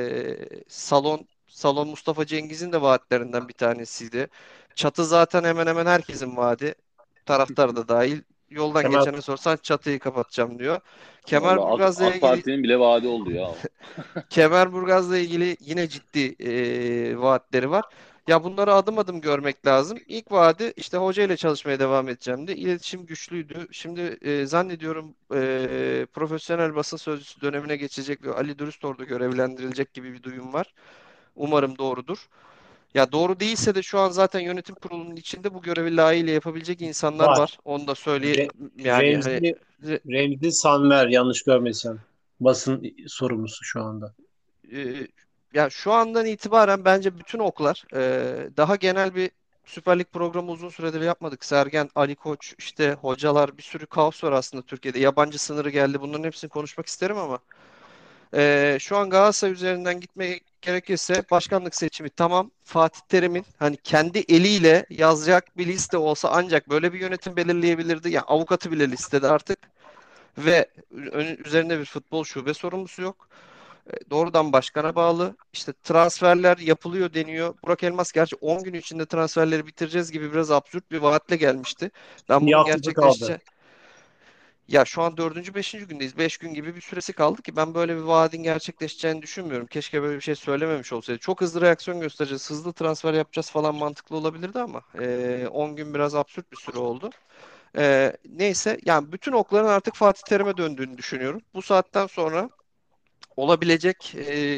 Salon Mustafa Cengiz'in de vaatlerinden bir tanesiydi. Çatı zaten hemen hemen herkesin vaadi. Taraftar da dahil. Yoldan Kemal geçene sorsan çatıyı kapatacağım diyor. Vallahi Kemerburgaz'la AK ilgili Parti'nin bile vaadi oldu ya o. Kemerburgaz'la ilgili yine ciddi vaatleri var. Ya bunları adım adım görmek lazım. İlk vaadi işte hoca ile çalışmaya devam edeceğim de. İletişim güçlüydü. Şimdi zannediyorum profesyonel basın sözcüsü dönemine geçecek ve Ali Dürüst orada görevlendirilecek gibi bir duyum var. Umarım doğrudur. Ya doğru değilse de şu an zaten yönetim kurulunun içinde bu görevi layığıyla yapabilecek insanlar var. var. Onu da söyleye Re- yani hani Remzi, Remzi Sanver yanlış görmesem. Basın sorumlusu şu anda. e, ya şu andan itibaren bence bütün oklar daha genel bir Süper Lig programı uzun süredir yapmadık. Sergen, Ali Koç, işte hocalar bir sürü kaos var aslında Türkiye'de. Yabancı sınırı geldi. Bunların hepsini konuşmak isterim ama şu an Galatasaray üzerinden gitmek gerekirse başkanlık seçimi tamam. Fatih Terim'in hani kendi eliyle yazacak bir liste olsa ancak böyle bir yönetim belirleyebilirdi. Yani avukatı bile listede artık ve üzerinde bir futbol şube sorumlusu yok. Doğrudan başkana bağlı. İşte transferler yapılıyor deniyor. Burak Elmas gerçi 10 gün içinde transferleri bitireceğiz gibi biraz absürt bir vaatle gelmişti. Ben Bir bunun haftası kaldı. gerçekleşeceği ya şu an dördüncü, beşinci gündeyiz. 5 gün gibi bir süresi kaldı ki ben böyle bir vaadin gerçekleşeceğini düşünmüyorum. Keşke böyle bir şey söylememiş olsaydı. Çok hızlı reaksiyon göstereceğiz, hızlı transfer yapacağız falan mantıklı olabilirdi ama 10 gün biraz absürt bir süre oldu. Neyse yani bütün okların artık Fatih Terim'e döndüğünü düşünüyorum. Bu saatten sonra olabilecek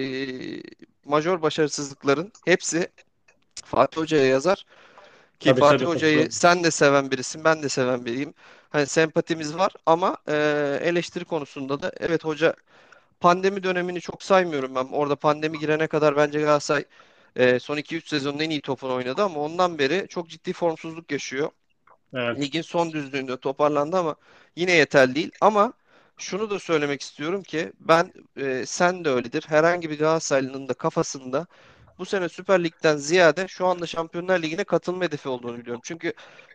majör başarısızlıkların hepsi Fatih Hoca'ya yazar. Ki Tabii Fatih tabii, Hoca'yı katılıyorum. sen de seven birisin, ben de seven biriyim. Hani sempatimiz var ama eleştiri konusunda da evet hoca pandemi dönemini çok saymıyorum ben. Orada pandemi girene kadar bence Galatasaray son 2-3 sezonun en iyi topunu oynadı ama ondan beri çok ciddi formsuzluk yaşıyor. Evet. Ligin son düzlüğünde toparlandı ama yine yeterli değil. Ama şunu da söylemek istiyorum ki ben sen de öyledir. Herhangi bir Galatasaraylı'nın da kafasında bu sene Süper Lig'den ziyade şu anda Şampiyonlar Ligi'ne katılma hedefi olduğunu biliyorum. Çünkü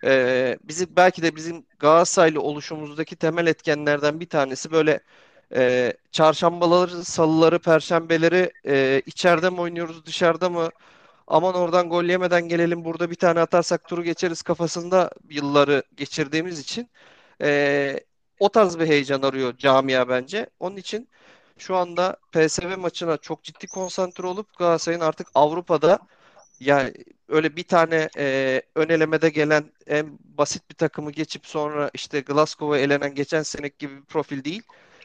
bizi belki de bizim Galatasaraylı oluşumuzdaki temel etkenlerden bir tanesi böyle çarşambaları, salıları, perşembeleri içeride mi oynuyoruz, dışarıda mı? Aman oradan gol yemeden gelelim burada bir tane atarsak turu geçeriz kafasında yılları geçirdiğimiz için eee, o tarz bir heyecan arıyor camia bence. Onun için şu anda PSV maçına çok ciddi konsantre olup Galatasaray'ın artık Avrupa'da yani öyle bir tane ön elemede gelen en basit bir takımı geçip sonra işte Glasgow'a elenen geçen senek gibi bir profil değil,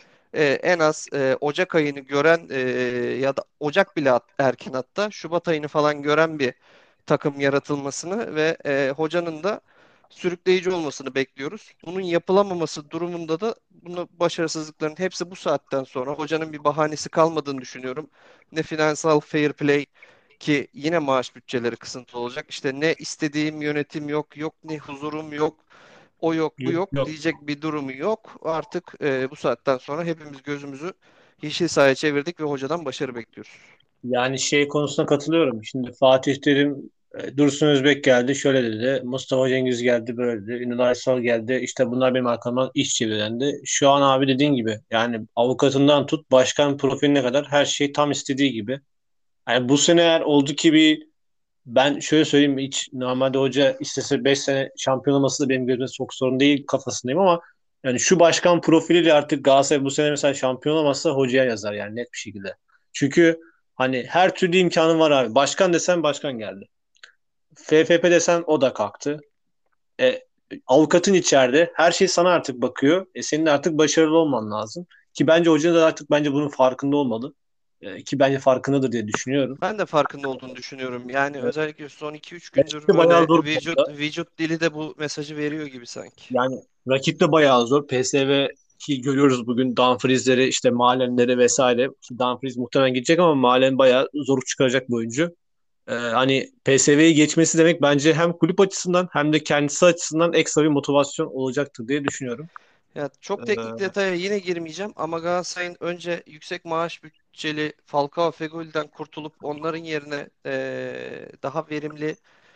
en az Ocak ayını gören ya da Ocak bile erken hatta Şubat ayını falan gören bir takım yaratılmasını ve hocanın da sürükleyici olmasını bekliyoruz. Bunun yapılamaması durumunda da bunu başarısızlıkların hepsi bu saatten sonra hocanın bir bahanesi kalmadığını düşünüyorum. Ne finansal fair play ki yine maaş bütçeleri kısıntı olacak. İşte ne istediğim yönetim yok, yok ne huzurum yok, o yok, bu Yok, yok yok. diyecek bir durumu yok. Artık bu saatten sonra hepimiz gözümüzü yeşil sahaya çevirdik ve hocadan başarı bekliyoruz. Yani şey konusuna katılıyorum. Şimdi Fatih Terim, Dursun Özbek geldi şöyle dedi. Mustafa Cengiz geldi böyle dedi. Ünal Aysal geldi. İşte bunlar benim arkamdan iş çevirendi. Şu an abi dediğin gibi yani avukatından tut başkan profiline kadar her şey tam istediği gibi. Yani bu sene eğer oldu ki ben şöyle söyleyeyim, hiç normalde hoca istese 5 sene şampiyon olması da benim gözümde çok sorun değil kafasındayım ama yani şu başkan profiliyle artık Galatasaray bu sene mesela şampiyon olamazsa hocaya yazar yani net bir şekilde. Çünkü hani her türlü imkanı var abi. Başkan desen başkan geldi. FFP desen o da kalktı. E, Avukatın içeride. Her şey sana artık bakıyor. Senin de artık başarılı olman lazım. Ki bence hoca da artık bence bunun farkında olmalı. Ki bence farkındadır diye düşünüyorum. Ben de farkında olduğunu düşünüyorum. Yani E, özellikle son 2-3 gündür Rakip de bayağı böyle zor bu vücut arada. vücut dili de bu mesajı veriyor gibi sanki. Yani rakip de bayağı zor. PSV ki görüyoruz bugün Dumfries'leri işte Malenleri vesaire. Dumfries muhtemelen gidecek ama Malen bayağı zorluk çıkaracak bu oyuncu. Hani PSV'yi geçmesi demek bence hem kulüp açısından hem de kendisi açısından ekstra bir motivasyon olacaktır diye düşünüyorum. Ya çok teknik Ee, detaya yine girmeyeceğim ama Galatasaray'ın önce yüksek maaş bütçeli Falcao Feghoul'i'den kurtulup onların yerine daha verimli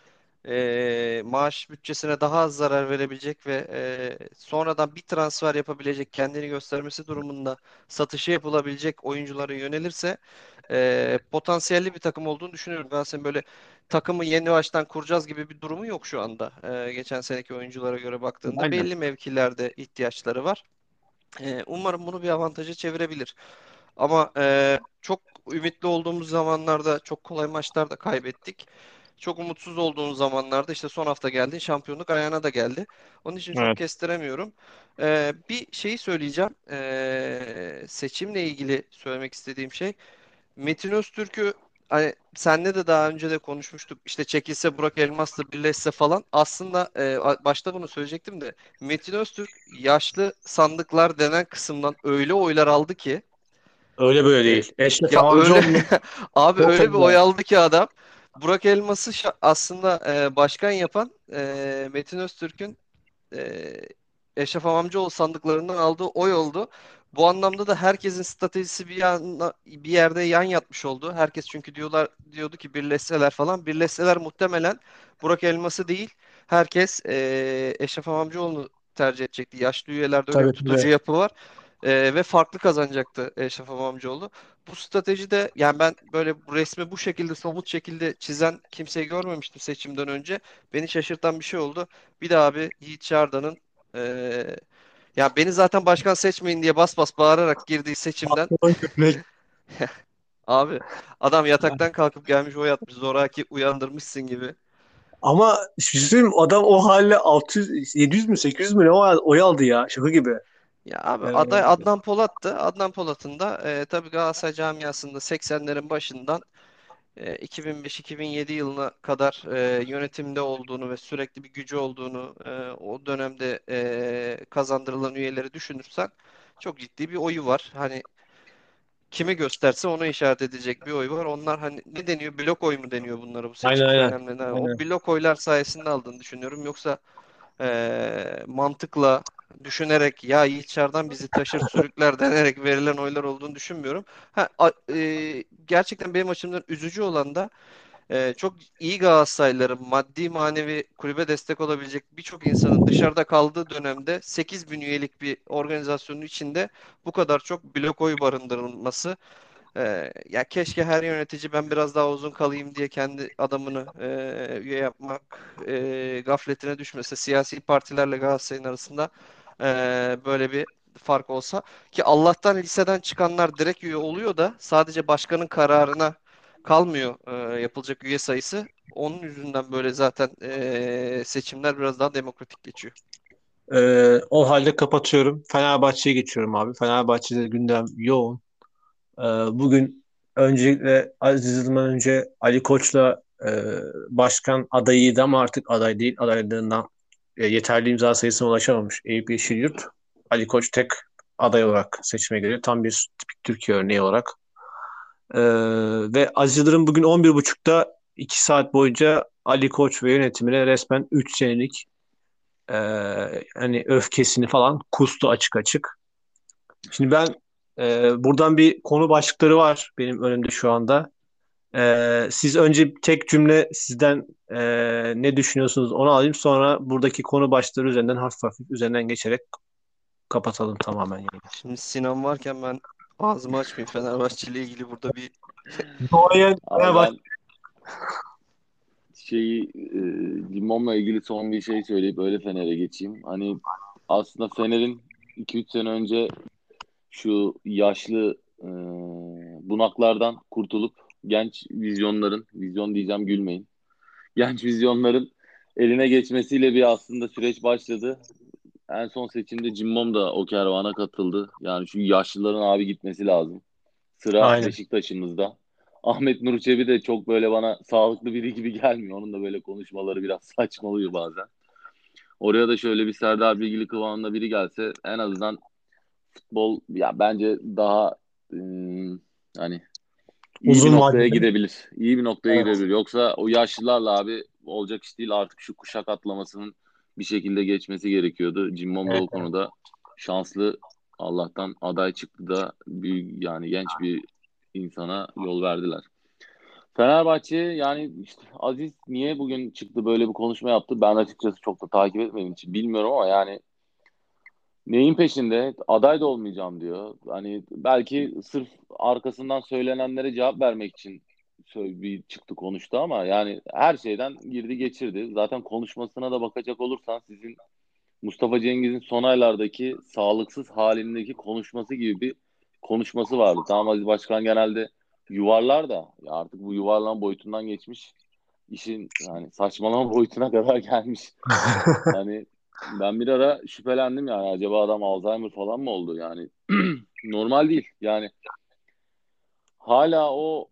maaş bütçesine daha az zarar verebilecek ve sonradan bir transfer yapabilecek, kendini göstermesi durumunda satışı yapılabilecek oyunculara yönelirse potansiyelli bir takım olduğunu düşünüyorum. Galatasaray'ın böyle takımı yeni baştan kuracağız gibi bir durumu yok şu anda. Geçen seneki oyunculara göre baktığında aynen. belli mevkilerde ihtiyaçları var. Umarım bunu bir avantaja çevirebilir. Ama çok ümitli olduğumuz zamanlarda çok kolay maçlar da kaybettik. Çok umutsuz olduğumuz zamanlarda işte son hafta geldi. Şampiyonluk ayağına da geldi. Onun için çok Evet. kestiremiyorum. Bir şeyi söyleyeceğim. Seçimle ilgili söylemek istediğim şey. Metin Öztürk'ü hani senle de daha önce de konuşmuştuk. İşte çekilse Burak Elmas'la birleşse falan. Aslında başta bunu söyleyecektim de Metin Öztürk yaşlı sandıklar denen kısımdan öyle oylar aldı ki Öyle böyle e, değil. Eşref ya öyle Hamamcıoğlu abi çok öyle bir oy fazla. aldı ki adam. Burak Elmas'ı aslında başkan yapan Metin Öztürk'ün e, Eşref Amamcıoğlu sandıklarından aldığı oy oldu. Bu anlamda da herkesin stratejisi bir yerde yan yatmış oldu. Herkes çünkü diyordu ki birleşseler falan. Birleşseler muhtemelen Burak Elmas'ı değil, herkes Eşref Amamcıoğlu'nu tercih edecekti. Yaşlı üyelerde öyle bir Tabii tutucu tabii. yapı var. Ve farklı kazanacaktı Eşref Amamcıoğlu. Bu stratejide yani ben böyle bu resmi bu şekilde somut şekilde çizen kimseyi görmemiştim seçimden önce. Beni şaşırtan bir şey oldu. Bir de abi Yiğit Çağrı'nın ya beni zaten başkan seçmeyin diye bas bas bağırarak girdiği seçimden Aklımın köküne. abi adam yataktan kalkıp gelmiş oy atmış zoraki uyandırmışsın gibi. Ama bir şey söyleyeyim mi? Adam o haliyle 600, 700 mü 800 mü ne oy aldı ya. Şaka gibi. Ya abi Ee, aday Adnan Polat'tı. Adnan Polat'ın da tabii Galatasaray camiasında 80'lerin başından 2005-2007 yılına kadar yönetimde olduğunu ve sürekli bir gücü olduğunu o dönemde kazandırılan üyeleri düşünürsen çok ciddi bir oyu var. Hani kimi gösterse ona işaret edecek bir oy var. Onlar hani ne deniyor? Blok oy mu deniyor bunlara bu aynen seçim aynen. söylemlerinde? O Aynen. blok oylar sayesinde aldığını düşünüyorum. Yoksa mantıkla düşünerek ya Yiğitçar'dan bizi taşır sürükler denerek verilen oylar olduğunu düşünmüyorum. Gerçekten benim açımdan üzücü olan da çok iyi Galatasaraylıların maddi manevi kulübe destek olabilecek birçok insanın dışarıda kaldığı dönemde 8 bin üyelik bir organizasyonun içinde bu kadar çok blok oy barındırılması. Ya keşke her yönetici ben biraz daha uzun kalayım diye kendi adamını üye yapmak gafletine düşmese, siyasi partilerle Galatasaray'ın arasında böyle bir fark olsa ki Allah'tan liseden çıkanlar direkt üye oluyor da sadece başkanın kararına kalmıyor yapılacak üye sayısı. Onun yüzünden böyle zaten seçimler biraz daha demokratik geçiyor. O halde kapatıyorum. Fenerbahçe'ye geçiyorum abi. Fenerbahçe'de gündem yoğun. Bugün öncelikle Aziz Yıldırım'dan önce Ali Koç'la başkan adayıydı ama artık aday değil. Adaylığından yeterli imza sayısına ulaşamamış Eyüp Yeşilyurt. Ali Koç tek aday olarak seçime geliyor. Tam bir tipik Türkiye örneği olarak. Ee, Ve Aziz Yıldırım bugün 11.30'da 2 saat boyunca Ali Koç ve yönetimine resmen 3 senelik e, hani öfkesini falan kustu açık açık. Şimdi ben buradan bir konu başlıkları var benim önümde şu anda. Siz önce tek cümle sizden ne düşünüyorsunuz onu alayım. Sonra buradaki konu başlıkları üzerinden hafif hafif üzerinden geçerek kapatalım tamamen yayını. Şimdi Sinan varken ben ağzımı açmayayım Fenerbahçe ile ilgili burada bir Doğaya Abi ben Cimbom'la ilgili son bir şey söyleyip öyle Fener'e geçeyim. Hani aslında Fener'in 2-3 sene önce şu yaşlı bunaklardan kurtulup genç vizyonların, vizyon diyeceğim gülmeyin, genç vizyonların eline geçmesiyle bir aslında süreç başladı. En son seçimde Cimbom da o kervana katıldı. Yani şu yaşlıların abi gitmesi lazım. Sıra aynen. Beşiktaş'ımızda. Ahmet Nur Çebi de çok böyle bana sağlıklı biri gibi gelmiyor. Onun da böyle konuşmaları biraz saçmalıyor bazen. Oraya da şöyle bir Serdar Bilgili kıvamında biri gelse en azından futbol ya bence daha hani iyi bir Uzun noktaya vadede. gidebilir. İyi bir noktaya Evet. gidebilir. Yoksa o yaşlılarla abi olacak iş değil. Artık şu kuşak atlamasının bir şekilde geçmesi gerekiyordu. Cimbom da Evet. o konuda şanslı. Allah'tan aday çıktı da büyük yani genç bir insana yol verdiler. Fenerbahçe yani işte Aziz niye bugün çıktı böyle bir konuşma yaptı? Ben açıkçası çok da takip etmediğim için bilmiyorum ama yani neyin peşinde? Aday da olmayacağım diyor. Hani belki sırf arkasından söylenenlere cevap vermek için bir çıktı konuştu ama yani her şeyden girdi geçirdi. Zaten konuşmasına da bakacak olursan sizin Mustafa Cengiz'in son aylardaki sağlıksız halindeki konuşması gibi bir konuşması vardı. Tamam Aziz Başkan genelde yuvarlar da ya artık bu yuvarlama boyutundan geçmiş. İşin yani saçmalama boyutuna kadar gelmiş. Hani ben bir ara şüphelendim yani acaba adam Alzheimer falan mı oldu yani normal değil yani hala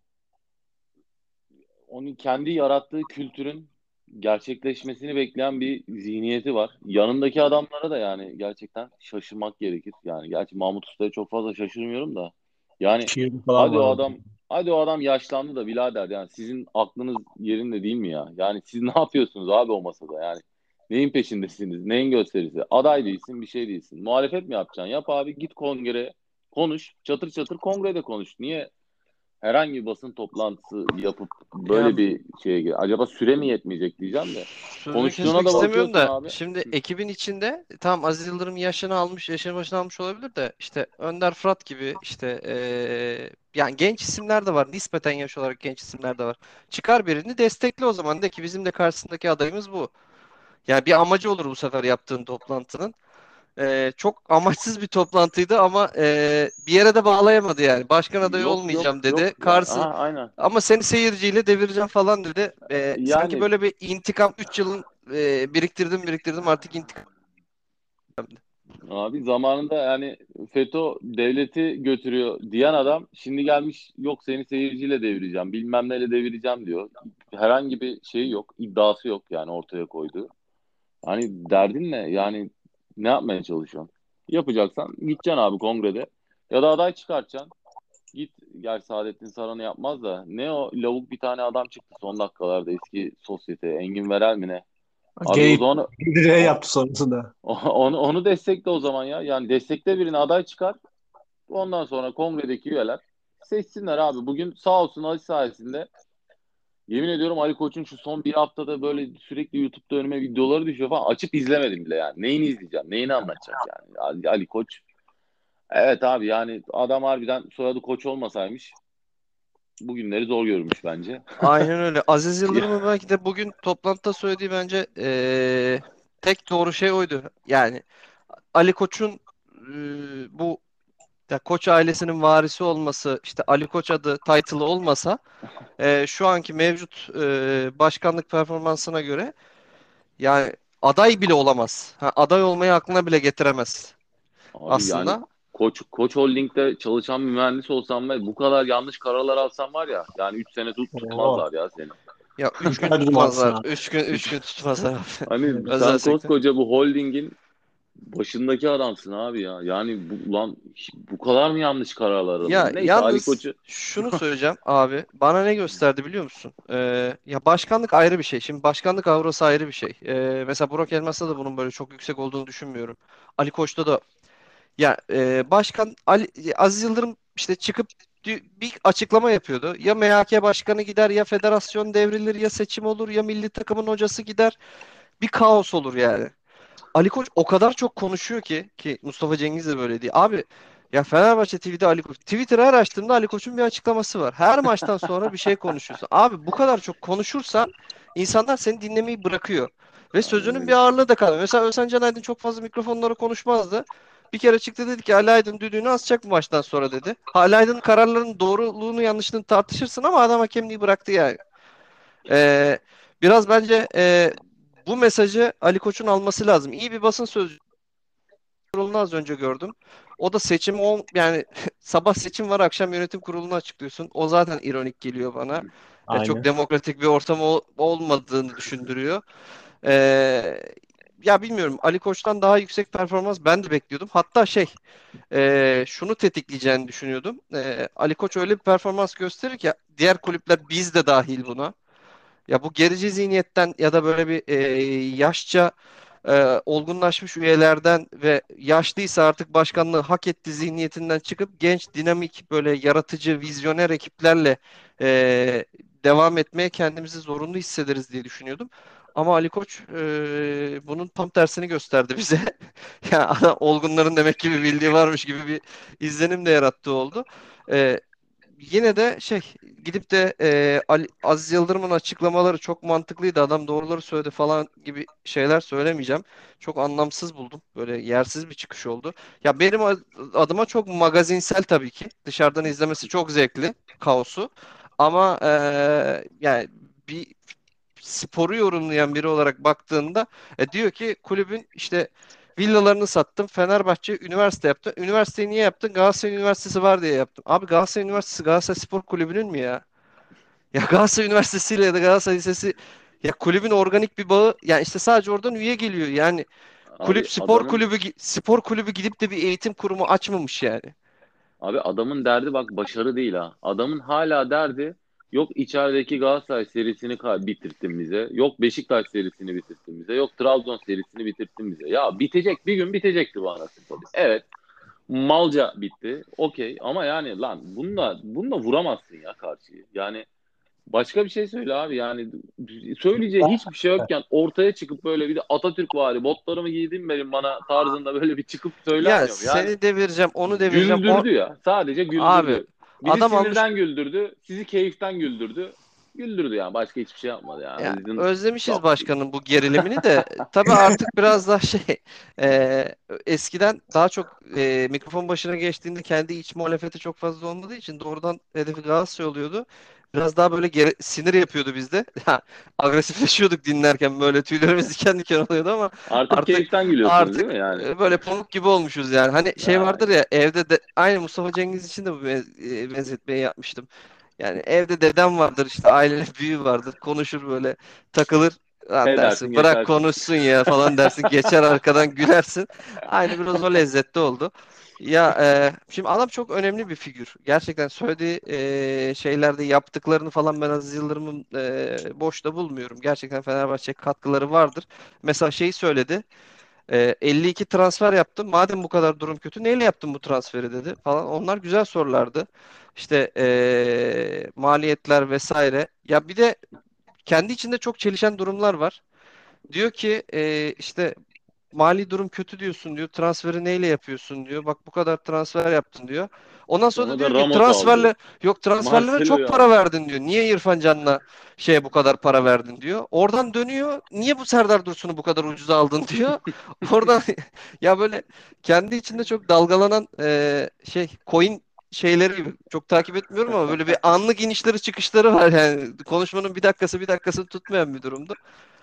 onun kendi yarattığı kültürün gerçekleşmesini bekleyen bir zihniyeti var. Yanındaki adamlara da yani gerçekten şaşırmak gerekir. Yani gerçi Mahmut Usta'ya çok fazla şaşırmıyorum da yani Şiir falan hadi var o orada. adam hadi o adam yaşlandı da birader yani sizin aklınız yerinde değil mi ya? Yani siz ne yapıyorsunuz abi o masada yani? Neyin peşindesiniz? Neyin gösterisi? Aday değilsin, bir şey değilsin. Muhalefet mi yapacaksın? Yap abi git kongre. Konuş. Çatır çatır kongrede konuş. Niye herhangi bir basın toplantısı yapıp Ya böyle bir şeye acaba süre mi yetmeyecek diyeceğim de. sözünü Konuştuğuna kesmek da istemiyorum bakıyorsun da abi. şimdi ekibin içinde tamam Aziz Yıldırım yaşını almış, yaşını başına almış olabilir de işte Önder Fırat gibi işte yani genç isimler de var. Nispeten yaş olarak genç isimler de var. Çıkar birini destekle o zaman de ki bizim de karşısındaki adayımız bu. Yani bir amacı olur bu sefer yaptığın toplantının. Çok amaçsız bir toplantıydı ama bir yere de bağlayamadı yani. Başkan adayı Yok yok olmayacağım yok. dedi. Yani, Karşı aynen. ama seni seyirciyle devireceğim falan dedi. Sanki Yani böyle bir intikam 3 yılın biriktirdim artık intikam. abi zamanında yani FETÖ devleti götürüyor diyen adam şimdi gelmiş yok seni seyirciyle devireceğim bilmem neyle devireceğim diyor. Herhangi bir şey yok, iddiası yok yani ortaya koyduğu. Hani derdin ne? Yani ne yapmaya çalışıyorsun? Yapacaksan gideceksin abi kongrede ya da aday çıkartacaksın. Git gel Saadettin Saran'ı yapmaz da ne o lavuk bir tane adam çıktı son dakikalarda eski sosyete Engin Verel mi ne? Abi o Geyik zaman o, yaptı sonrasında. onu destekle o zaman ya. Yani destekle birini aday çıkar. Ondan sonra kongredeki üyeler seçsinler abi. Bugün sağ olsun Ali sayesinde yemin ediyorum Ali Koç'un şu son bir haftada böyle sürekli YouTube'da önüme videoları düşüyor falan. Açıp izlemedim bile yani. Neyini izleyeceğim? Neyini anlatacak yani? Ali Koç. Evet abi yani adam harbiden soyadı Koç olmasaymış bugünleri zor görmüş bence. Aynen öyle. Aziz Ya, Yıldırım'ın belki de bugün toplantıda söylediği bence tek doğru şey oydu. Yani Ali Koç'un bu ya Koç ailesinin varisi olması, işte Ali Koç adı, title'ı olmasa şu anki mevcut başkanlık performansına göre yani aday bile olamaz. Ha, aday olmayı aklına bile getiremez abi yani aslında. Koç Holding'de çalışan bir mühendis olsam ve bu kadar yanlış kararlar alsam var ya yani 3 sene Oo. tutmazlar ya seni. Ya 3 gün Her gün alsın tutmazlar. abi. 3 gün tutmazlar abi. Hani Özel sen sektör. koskoca bu holdingin başındaki adamsın abi ya. Yani bu kadar mı yanlış kararlar Ya alındı? Neyse Ali yalnız Koç'u şunu söyleyeceğim abi. Bana ne gösterdi biliyor musun? Ya başkanlık ayrı bir şey. Şimdi başkanlık aurası ayrı bir şey. Mesela Burak Elmas'ta da bunun böyle çok yüksek olduğunu düşünmüyorum. Ali Koç'ta da ya başkan Aziz Yıldırım işte çıkıp bir açıklama yapıyordu. Ya MHK başkanı gider ya federasyon devrilir ya seçim olur ya milli takımın hocası gider. Bir kaos olur yani. Ali Koç o kadar çok konuşuyor ki Mustafa Cengiz de böyle değil. Abi ya Fenerbahçe TV'de Ali Koç. Twitter'ı her açtığımda Ali Koç'un bir açıklaması var. Her maçtan sonra bir şey konuşuyorsun. Abi bu kadar çok konuşursan insanlar seni dinlemeyi bırakıyor. Ve aynen sözünün bir öyle. ağırlığı da kalmıyor. Mesela Özcan Can Aydın çok fazla mikrofonlara konuşmazdı. Bir kere çıktı dedi ki Ali Aydın düdüğünü asacak bu maçtan sonra dedi. Ali Aydın'ın kararlarının doğruluğunu yanlışlığını tartışırsın ama adam hakemliği bıraktı yani. Ee, biraz bence bu mesajı Ali Koç'un alması lazım. İyi bir basın sözcüsü kurulunu az önce gördüm. O da seçim yani sabah seçim var akşam yönetim kurulunu açıklıyorsun. O zaten ironik geliyor bana. Çok Aynen. demokratik bir ortam olmadığını düşündürüyor. Ee, ya bilmiyorum Ali Koç'tan daha yüksek performans ben de bekliyordum. Hatta şunu tetikleyeceğini düşünüyordum. Ali Koç öyle bir performans gösterir ki diğer kulüpler biz de dahil buna. Ya bu gerici zihniyetten ya da böyle bir yaşça olgunlaşmış üyelerden ve yaşlıysa artık başkanlığı hak etti zihniyetinden çıkıp genç, dinamik, böyle yaratıcı, vizyoner ekiplerle devam etmeye kendimizi zorunlu hissederiz diye düşünüyordum. Ama Ali Koç bunun tam tersini gösterdi bize. Ya olgunların demek ki bir bildiği varmış gibi bir izlenim de yarattığı oldu. E, yine de gidip de Aziz Yıldırım'ın açıklamaları çok mantıklıydı. Adam doğruları söyledi falan gibi şeyler söylemeyeceğim. Çok anlamsız buldum. Böyle yersiz bir çıkış oldu. Ya benim adıma çok magazinsel tabii ki. Dışarıdan izlemesi çok zevkli kaosu. Ama yani bir sporu yorumlayan biri olarak baktığında diyor ki kulübün işte villalarını sattım. Fenerbahçe üniversite yaptı. Üniversiteyi niye yaptın? Galatasaray Üniversitesi var diye yaptım. Abi Galatasaray Üniversitesi Galatasaray Spor Kulübü'nün mü ya? Ya Galatasaray Üniversitesi ile ya da Galatasaray Lisesi ya kulübün organik bir bağı yani işte sadece oradan üye geliyor. Yani kulüp Abi adamın spor kulübü gidip de bir eğitim kurumu açmamış yani. Abi adamın derdi bak başarı değil ha. Adamın hala derdi yok içerideki Galatasaray serisini bitirttin bize. Yok Beşiktaş serisini bitirttin bize. Yok Trabzon serisini bitirttin bize. Ya bitecek bir gün bitecekti bu anasını satayım. Evet malca bitti. Okey ama yani lan bununla vuramazsın ya karşıyı. Yani başka bir şey söyle abi. Yani söyleyeceği hiçbir şey yokken ortaya çıkıp böyle bir de Atatürk vari botlarımı giydim benim bana tarzında böyle bir çıkıp Ya söylemiyor mu? Yani seni devireceğim, onu devireceğim. O güldürdü ya. Sadece abi güldürdü. Bizi adam almış. sinirden güldürdü. Sizi keyiften güldürdü. Güldürdü yani. Başka hiçbir şey yapmadı yani. Ya Aziz'in özlemişiz çok başkanın bu gerilimini de tabii artık biraz daha e, eskiden daha çok mikrofon başına geçtiğinde kendi iç muhalefeti çok fazla olmadığı için doğrudan hedefi Galatasaray oluyordu. Biraz daha böyle sinir yapıyordu bizde. Ya, agresifleşiyorduk dinlerken böyle tüylerimiz diken diken oluyordu ama artık artık keyiften gülüyorsunuz değil artık mi yani? böyle pamuk gibi olmuşuz yani. Hani şey vardır Yani ya evde de aynı Mustafa Cengiz için de bu benzetmeyi yapmıştım. Yani evde dedem vardır işte ailenin büyüğü vardır konuşur böyle takılır. Lan edersin dersin bırak geçersin. konuşsun ya falan dersin geçer arkadan gülersin. Aynı biraz o lezzette oldu. Ya şimdi adam çok önemli bir figür. Gerçekten söylediği şeylerde yaptıklarını falan ben Aziz Yıldırım'ın boşta bulmuyorum. Gerçekten Fenerbahçe'ye katkıları vardır. Mesela şeyi söyledi. 52 transfer yaptım. Madem bu kadar durum kötü, neyle yaptın bu transferi dedi falan. Onlar güzel sorulardı. İşte maliyetler vesaire. Ya bir de kendi içinde çok çelişen durumlar var. Diyor ki işte mali durum kötü diyorsun diyor. Transferi neyle yapıyorsun diyor. Bak bu kadar transfer yaptın diyor. Ondan sonra da Sonra da diyor ki Ramos aldı. transferlere çok Marcelo'yu para aldı. verdin diyor. Niye İrfan Can'la şeye bu kadar para verdin diyor. Oradan dönüyor. Niye bu Serdar Dursun'u bu kadar ucuza aldın diyor. Oradan ya böyle kendi içinde çok dalgalanan coin şeyleri gibi. Çok takip etmiyorum ama böyle bir anlık inişleri çıkışları var yani. Konuşmanın bir dakikasını tutmayan bir durumdu.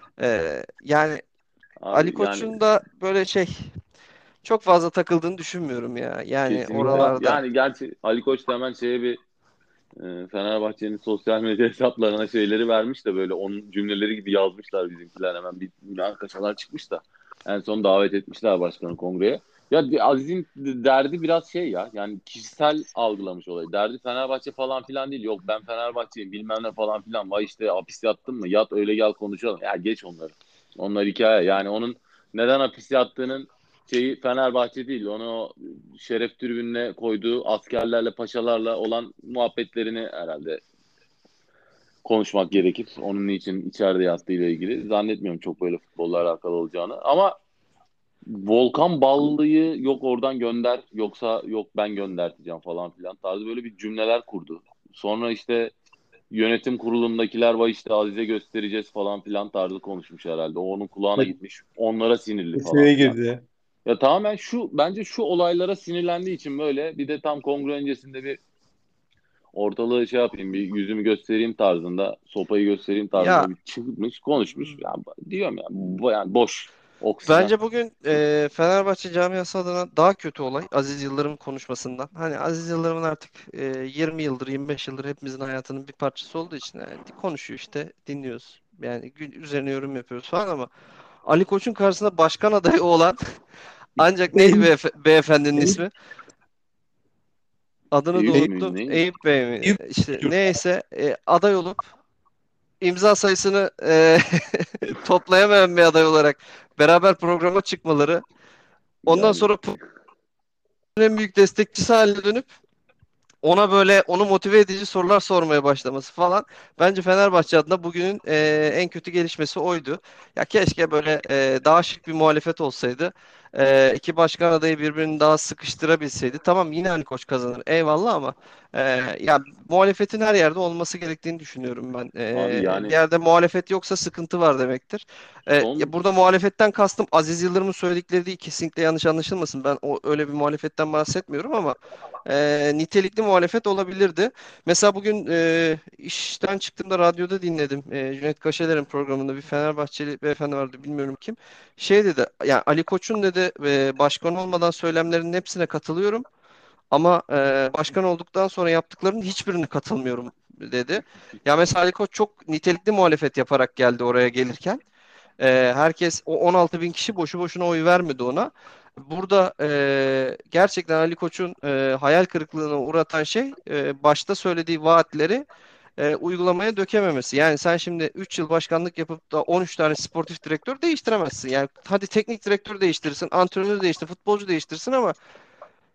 Yani Ali Abi yani Koç'un da böyle çok fazla takıldığını düşünmüyorum ya. Yani kesinlikle. oralarda. Yani gerçi Ali Koç da hemen şeye bir Fenerbahçe'nin sosyal medya hesaplarına şeyleri vermiş de böyle onun cümleleri gibi yazmışlar bizimkiler hemen bir münakaşalar çıkmış da en son davet etmişler başkanı kongreye. Ya Aziz'in derdi biraz şey ya yani kişisel algılamış olayı. Derdi Fenerbahçe falan filan değil. Yok ben Fenerbahçe'yim bilmem ne falan filan. Vay işte hapis yattın mı? Yat öyle gel konuşalım. Ya geç onları. Onlar hikaye. Yani onun neden hapis yattığının şeyi Fenerbahçe değil. Onu o şeref tribününe koyduğu askerlerle, paşalarla olan muhabbetlerini herhalde konuşmak gerekir. Onun için içeride yattığıyla ilgili. Zannetmiyorum çok böyle futbolla alakalı olacağını. Ama Volkan Ballı'yı yok oradan gönder yoksa yok ben gönderteceğim falan filan tarzı böyle bir cümleler kurdu. Sonra işte yönetim kurulundakiler var işte Aziz'e göstereceğiz falan filan tarzı konuşmuş herhalde. O onun kulağına gitmiş. Onlara sinirli falan Şeye filan. girdi. Ya tamamen bence şu olaylara sinirlendiği için böyle bir de tam kongre öncesinde bir ortalığı şey yapayım bir yüzümü göstereyim tarzında sopayı göstereyim Ya tarzında bir çıkmış konuşmuş. Yani diyorum ya yani boş oksijen. bence bugün Fenerbahçe camiası adına daha kötü olay Aziz Yıldırım konuşmasından. Hani Aziz Yıldırım'ın artık 20 yıldır 25 yıldır hepimizin hayatının bir parçası olduğu için yani konuşuyor işte dinliyoruz. Yani üzerine yorum yapıyoruz falan ama Ali Koç'un karşısında başkan adayı olan ancak neydi beyefendinin Eyüp, ismi? Adını da Eyüp müyüm unuttum. neyim? Eyüp Bey mi? Eyüp İşte Yurt. neyse aday olup imza sayısını toplayamayan bir aday olarak beraber programa çıkmaları, ondan Yani sonra en büyük destekçisi haline dönüp ona böyle onu motive edici sorular sormaya başlaması falan. Bence Fenerbahçe adına bugünün en kötü gelişmesi oydu. Ya keşke böyle daha şık bir muhalefet olsaydı. İki başkan adayı birbirini daha sıkıştırabilseydi. Tamam yine Ali Koç kazanır. Eyvallah ama e, ya muhalefetin her yerde olması gerektiğini düşünüyorum ben. abi Bir yani yerde muhalefet yoksa sıkıntı var demektir. Ya son burada muhalefetten kastım Aziz Yıldırım'ın söyledikleri değil. Kesinlikle yanlış anlaşılmasın. Ben öyle bir muhalefetten bahsetmiyorum ama nitelikli muhalefet olabilirdi. Mesela bugün işten çıktığımda radyoda dinledim. Cüneyt Kaşeler'in programında bir Fenerbahçeli beyefendi vardı bilmiyorum kim. Şey dedi yani Ali Koç'un dedi başkan olmadan söylemlerinin hepsine katılıyorum. Ama başkan olduktan sonra yaptıklarının hiçbirine katılmıyorum dedi. Ya mesela Ali Koç çok nitelikli muhalefet yaparak geldi oraya gelirken. Herkes o 16 bin kişi boşu boşuna oy vermedi ona. Burada gerçekten Ali Koç'un hayal kırıklığına uğratan şey başta söylediği vaatleri uygulamaya dökememesi. Yani sen şimdi 3 yıl başkanlık yapıp da 13 tane sportif direktör değiştiremezsin. Yani hadi teknik direktör değiştirirsin, antrenör değiştir, futbolcu değiştirsin ama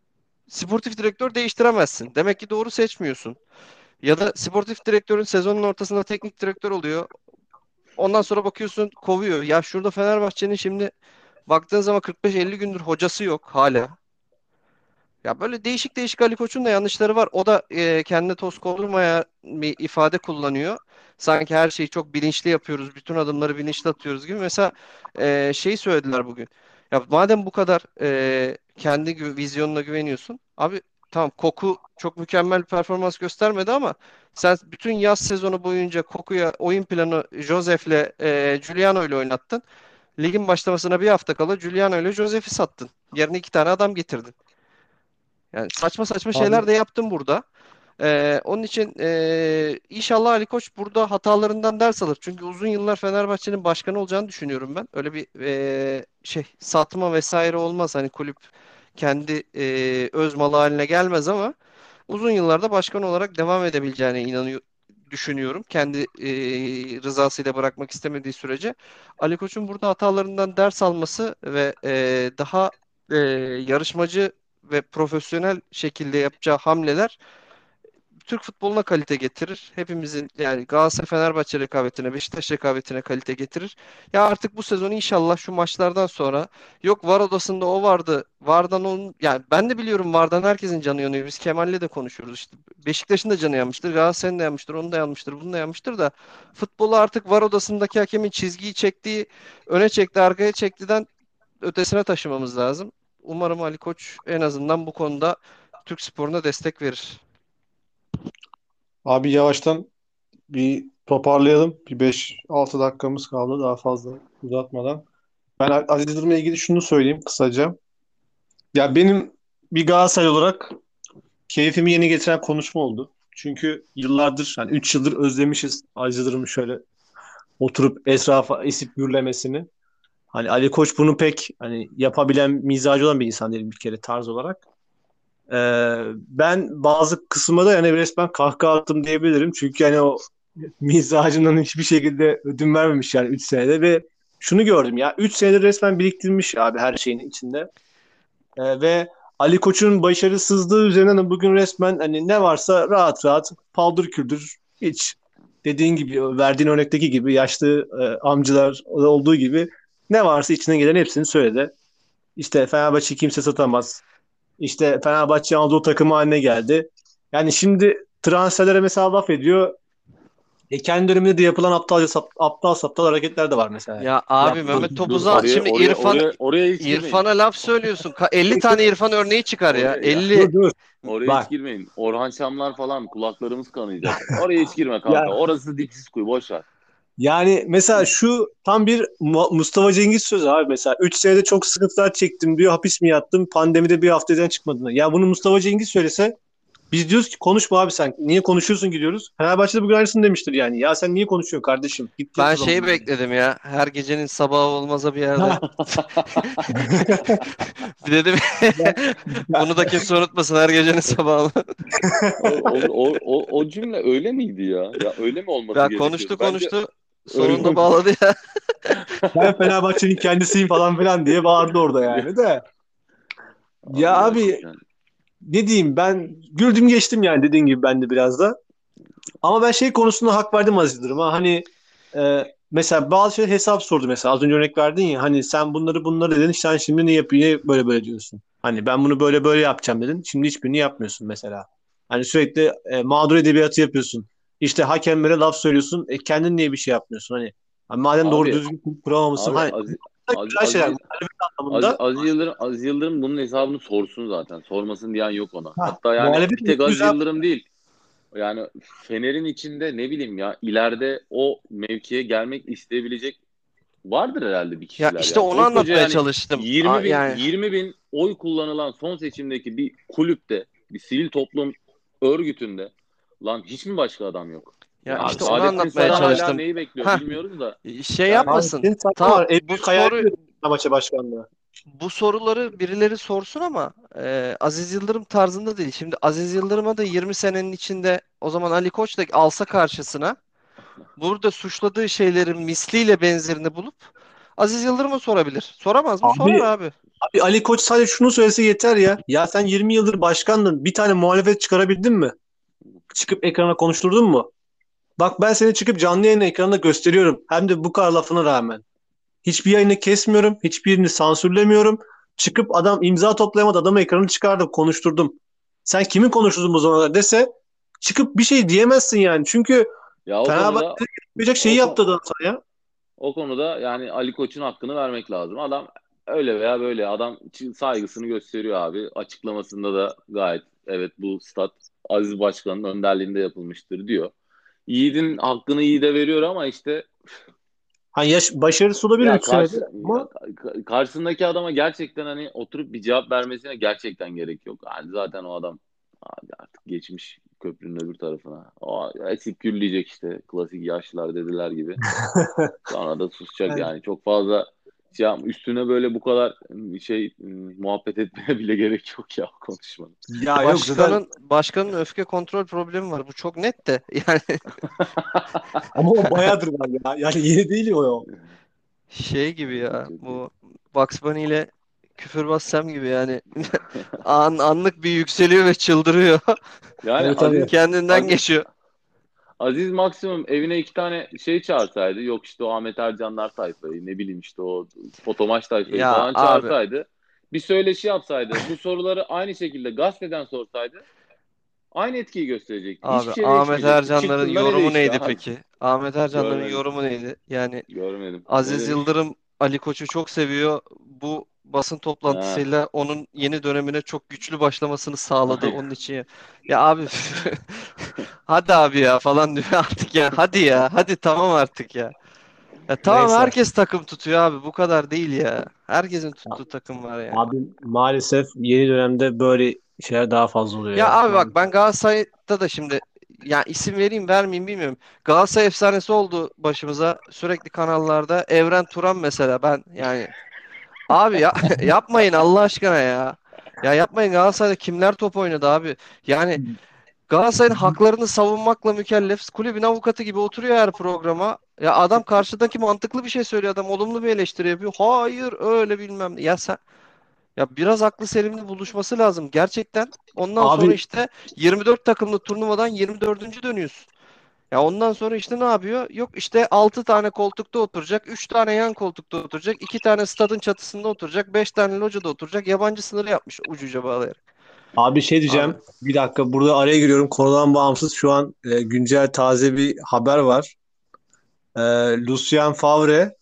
sportif direktör değiştiremezsin. Demek ki doğru seçmiyorsun. Ya da sportif direktörün sezonun ortasında teknik direktör oluyor. Ondan sonra bakıyorsun kovuyor. Ya şurada Fenerbahçe'nin şimdi baktığın zaman 45-50 gündür hocası yok hala. Ya böyle değişik değişik Ali Koç'un da yanlışları var. O da kendine toz kondurmaya bir ifade kullanıyor. Sanki her şeyi çok bilinçli yapıyoruz. Bütün adımları bilinçli atıyoruz gibi. Mesela şeyi söylediler bugün. Ya madem bu kadar kendi vizyonuna güveniyorsun. Abi tamam, Koku çok mükemmel bir performans göstermedi ama sen bütün yaz sezonu boyunca Koku'ya oyun planı Josef'le Giuliano ile oynattın. Ligin başlamasına bir hafta kala Giuliano ile Josef'i sattın. Yerine iki tane adam getirdin. Yani saçma saçma Abi, şeyler de yaptım burada. Onun için inşallah Ali Koç burada hatalarından ders alır. Çünkü uzun yıllar Fenerbahçe'nin başkanı olacağını düşünüyorum ben. Öyle bir şey satma vesaire olmaz. Hani kulüp kendi öz malı haline gelmez ama uzun yıllarda başkan olarak devam edebileceğine düşünüyorum. Kendi rızasıyla bırakmak istemediği sürece. Ali Koç'un burada hatalarından ders alması ve daha yarışmacı ve profesyonel şekilde yapacağı hamleler Türk futboluna kalite getirir. Hepimizin yani Galatasaray Fenerbahçe rekabetine, Beşiktaş rekabetine kalite getirir. Ya artık bu sezon inşallah şu maçlardan sonra yok VAR odasında o vardı. VAR'dan onun yani ben de biliyorum VAR'dan herkesin canı yanıyor. Biz Kemal'le de konuşuyoruz işte. Beşiktaş'ın da canı yanmıştır, Galatasaray'ın da yanmıştır, onu da yanmıştır, bunu da yanmıştır da futbolu artık VAR odasındaki hakemin çizgiyi çektiği, öne çekti, arkaya çektiden ötesine taşımamız lazım. Umarım Ali Koç en azından bu konuda Türk sporuna destek verir. abi yavaştan bir toparlayalım. Bir 5-6 dakikamız kaldı daha fazla uzatmadan. Ben Aziz Yıldırım'la ilgili şunu söyleyeyim kısaca. Ya benim bir Galatasaray olarak keyfimi yeni getiren konuşma oldu. Çünkü yıllardır, yani 3 yıldır özlemişiz Aziz Yıldırım'ın şöyle oturup etrafa esip gürlemesini. Hani Ali Koç bunu pek hani yapabilen, mizacı olan bir insan değilim bir kere tarz olarak. Ben bazı kısımda da yani resmen kahkaha attım diyebilirim. Çünkü yani o mizacından hiçbir şekilde ödün vermemiş yani 3 senede ve şunu gördüm ya 3 senedir resmen biriktirmiş abi her şeyin içinde. Ve Ali Koç'un başarısızlığı üzerinden de bugün resmen hani ne varsa rahat rahat paldır küldür hiç dediğin gibi verdiğin örnekteki gibi yaşlı amcalar olduğu gibi ne varsa içine gelen hepsini söyledi. İşte Fenerbahçe kimse satamaz. İşte Fenerbahçe Anadolu takımı haline geldi. Yani şimdi transferlere mesela laf ediyor. Kendi döneminde de yapılan aptal saptal hareketler de var mesela. Ya abi Yaptığı Mehmet Dur Topuz'a oraya şimdi oraya oraya oraya hiç girmeyin. İrfan'a laf söylüyorsun. 50 tane İrfan örneği çıkar ya. Oraya ya 50. dur. oraya hiç Bak. girmeyin. Orhan Şamlar falan kulaklarımız kanayacak. Oraya hiç girme Ya kanka. Orası dipsiz kuyu, boş ver. yani mesela şu tam bir Mustafa Cengiz sözü abi mesela 3 senede çok sıkıntılar çektim diyor hapis mi yattım pandemide bir haftadan çıkmadın. Ya bunu Mustafa Cengiz söylese biz diyoruz ki konuşma abi sen niye konuşuyorsun ki diyoruz. Fenerbahçe'de bugün aynısını demiştir yani. Ya sen niye konuşuyorsun kardeşim? Git yat Ben o zaman şeyi yani. bekledim ya. Her gecenin sabahı olmaza bir yerde. Bir dedim bunu da kimse unutmasın, her gecenin sabahı. O cümle öyle miydi ya? Ya öyle mi olması Ya gerekiyordu? konuştu Bence konuştu. öyle Sonunda bağladı ya. Ben Fenerbahçe'nin kendisiyim falan filan diye bağırdı orada yani de. Ya abi abi gerçekten. ne diyeyim ben güldüm geçtim yani dediğin gibi ben de biraz da. Ama ben şey konusunda hak verdim Aziz Yıldırım'a. Hani mesela bazı şeyler hesap sordu mesela. Az önce örnek verdin ya hani sen bunları dedin sen şimdi ne yapıyorsun niye böyle böyle diyorsun. Hani ben bunu böyle böyle yapacağım dedin. Şimdi hiçbirini yapmıyorsun mesela. Hani sürekli mağdur edebiyatı yapıyorsun. İşte hakemlere laf söylüyorsun. Kendin niye bir şey yapmıyorsun hani madem doğru Abi düzgün kuramamışsın. abi Hani Aziz, güzel şeyler Aziz, muhalefet anlamında. Aziz Yıldırım bunun hesabını sorsun zaten. Sormasın diyen yok ona. Ha, Hatta yani muhalefet bir tek Aziz güzel. Yıldırım değil. Yani Fener'in içinde ne bileyim ya ileride o mevkiye gelmek isteyebilecek vardır herhalde bir Ya kişiler işte ya. onu Koskoca anlatmaya yani çalıştım. 20 bin Yani 20 bin oy kullanılan son seçimdeki bir kulüpte bir sivil toplum örgütünde lan hiç mi başka adam yok? ya Yani işte onu Saadettin anlatmaya Saran hala çalıştım. neyi bekliyor Ha, bilmiyoruz da şey yani Abi yapmasın. senin saçma Tamam, var. En büyük hayali de Fenerbahçe başkanlığı. bu soruları birileri sorsun ama Aziz Yıldırım tarzında değil. Şimdi Aziz Yıldırım'a da 20 senenin içinde o zaman Ali Koç da alsa karşısına burada suçladığı şeylerin misliyle benzerini bulup Aziz Yıldırım'a sorabilir. Soramaz mı? Sorar Abi, abi. abi Ali Koç sadece şunu söylese yeter ya. Ya sen 20 yıldır başkandın. Bir tane muhalefet çıkarabildin mi? Çıkıp ekrana konuşturdun mu? Bak ben seni çıkıp canlı yayın ekranında gösteriyorum. Hem de bu kadar lafına rağmen. Hiçbir yayını kesmiyorum. Hiçbirini sansürlemiyorum. Çıkıp adam imza toplayamadı. Adamı ekranı çıkardım. Konuşturdum. Sen kimi konuşturdun bu zamana kadar dese çıkıp bir şey diyemezsin yani. Çünkü Ya o konuda Fenerbahçe yapacak şeyi o, yaptı ko- adam sana ya. o konuda yani Ali Koç'un hakkını vermek lazım. Adam öyle veya böyle adam saygısını gösteriyor abi. Açıklamasında da gayet evet bu stat Aziz Başkan'ın önderliğinde yapılmıştır diyor. Yiğit'in hakkını Yiğit'e veriyor ama işte Hani başarısı olabilir ya 3 senedir ama karşısındaki adama gerçekten hani oturup bir cevap vermesine gerçekten gerek yok. Yani zaten o adam abi artık geçmiş köprünün öbür tarafına. O esip gürleyecek işte klasik yaşlılar dediler gibi. Sonra da susacak evet. yani. Çok fazla üstüne böyle bu kadar muhabbet etmeye bile gerek yok ya konuşmanın. Ya yok zaten Başkanın öfke kontrol problemi var. Bu çok net de. Yani ama o bayağıdır var ya. Yani yeni değil o. şey gibi ya. Çok iyi. Bu Bugs Bunny ile küfürbaz Sam gibi yani. Anlık bir yükseliyor ve çıldırıyor. Yani Evet tabii. Kendinden Aziz, geçiyor. Aziz maksimum evine iki tane şey çağırsaydı. Yok işte o Ahmet Ercanlar tayfayı ne bileyim işte o Fotomaç tayfayı Ya falan abi çağırsaydı. Bir söyleşi yapsaydı. Bu soruları aynı şekilde gazeteden sorsaydı aynı etkiyi gösterecekti. Hiçbir şey Ahmet değişmeyecekti. Ercanların Çıktığında ne yorumu değişti neydi abi? peki? Ahmet Ercanların Görmedim. yorumu neydi? Yani Görmedim. Ne Aziz demiş? Yıldırım Ali Koç'u çok seviyor. Bu basın Ha. toplantısıyla onun yeni dönemine çok güçlü başlamasını sağladı. Aynen. Onun için ya abi hadi abi ya falan diyor artık ya. Hadi ya. Hadi tamam artık ya. Ya tamam Neyse. herkes takım tutuyor abi. Bu kadar değil ya. Herkesin tuttuğu takım var yani. Abi maalesef yeni dönemde böyle şeyler daha fazla oluyor Ya ya. abi bak Maalesef. ben Galatasaray'da da şimdi ya isim vereyim vermeyeyim bilmiyorum. Galatasaray efsanesi oldu başımıza sürekli kanallarda. Evren Turan mesela ben yani abi ya yapmayın Allah aşkına ya. Ya yapmayın Galatasaray'da kimler top oynadı abi. Yani Galatasaray'ın haklarını savunmakla mükellef. Kulübün avukatı gibi oturuyor her programa. Ya adam karşıdaki mantıklı bir şey söylüyor adam olumlu bir eleştiri yapıyor. Hayır öyle bilmem ne. Ya sen ya biraz aklı selimli buluşması lazım gerçekten. Ondan sonra Abi işte 24 takımlı turnuvadan 24. dönüyorsun. Ya ondan sonra işte ne yapıyor? Yok işte 6 tane koltukta oturacak, 3 tane yan koltukta oturacak, 2 tane stadın çatısında oturacak, 5 tane locada oturacak. Yabancı sınırı yapmış ucuca bağlayarak. abi şey Abi diyeceğim. Bir dakika burada araya giriyorum. Konudan bağımsız şu an güncel taze bir haber var. E, Lucien Favre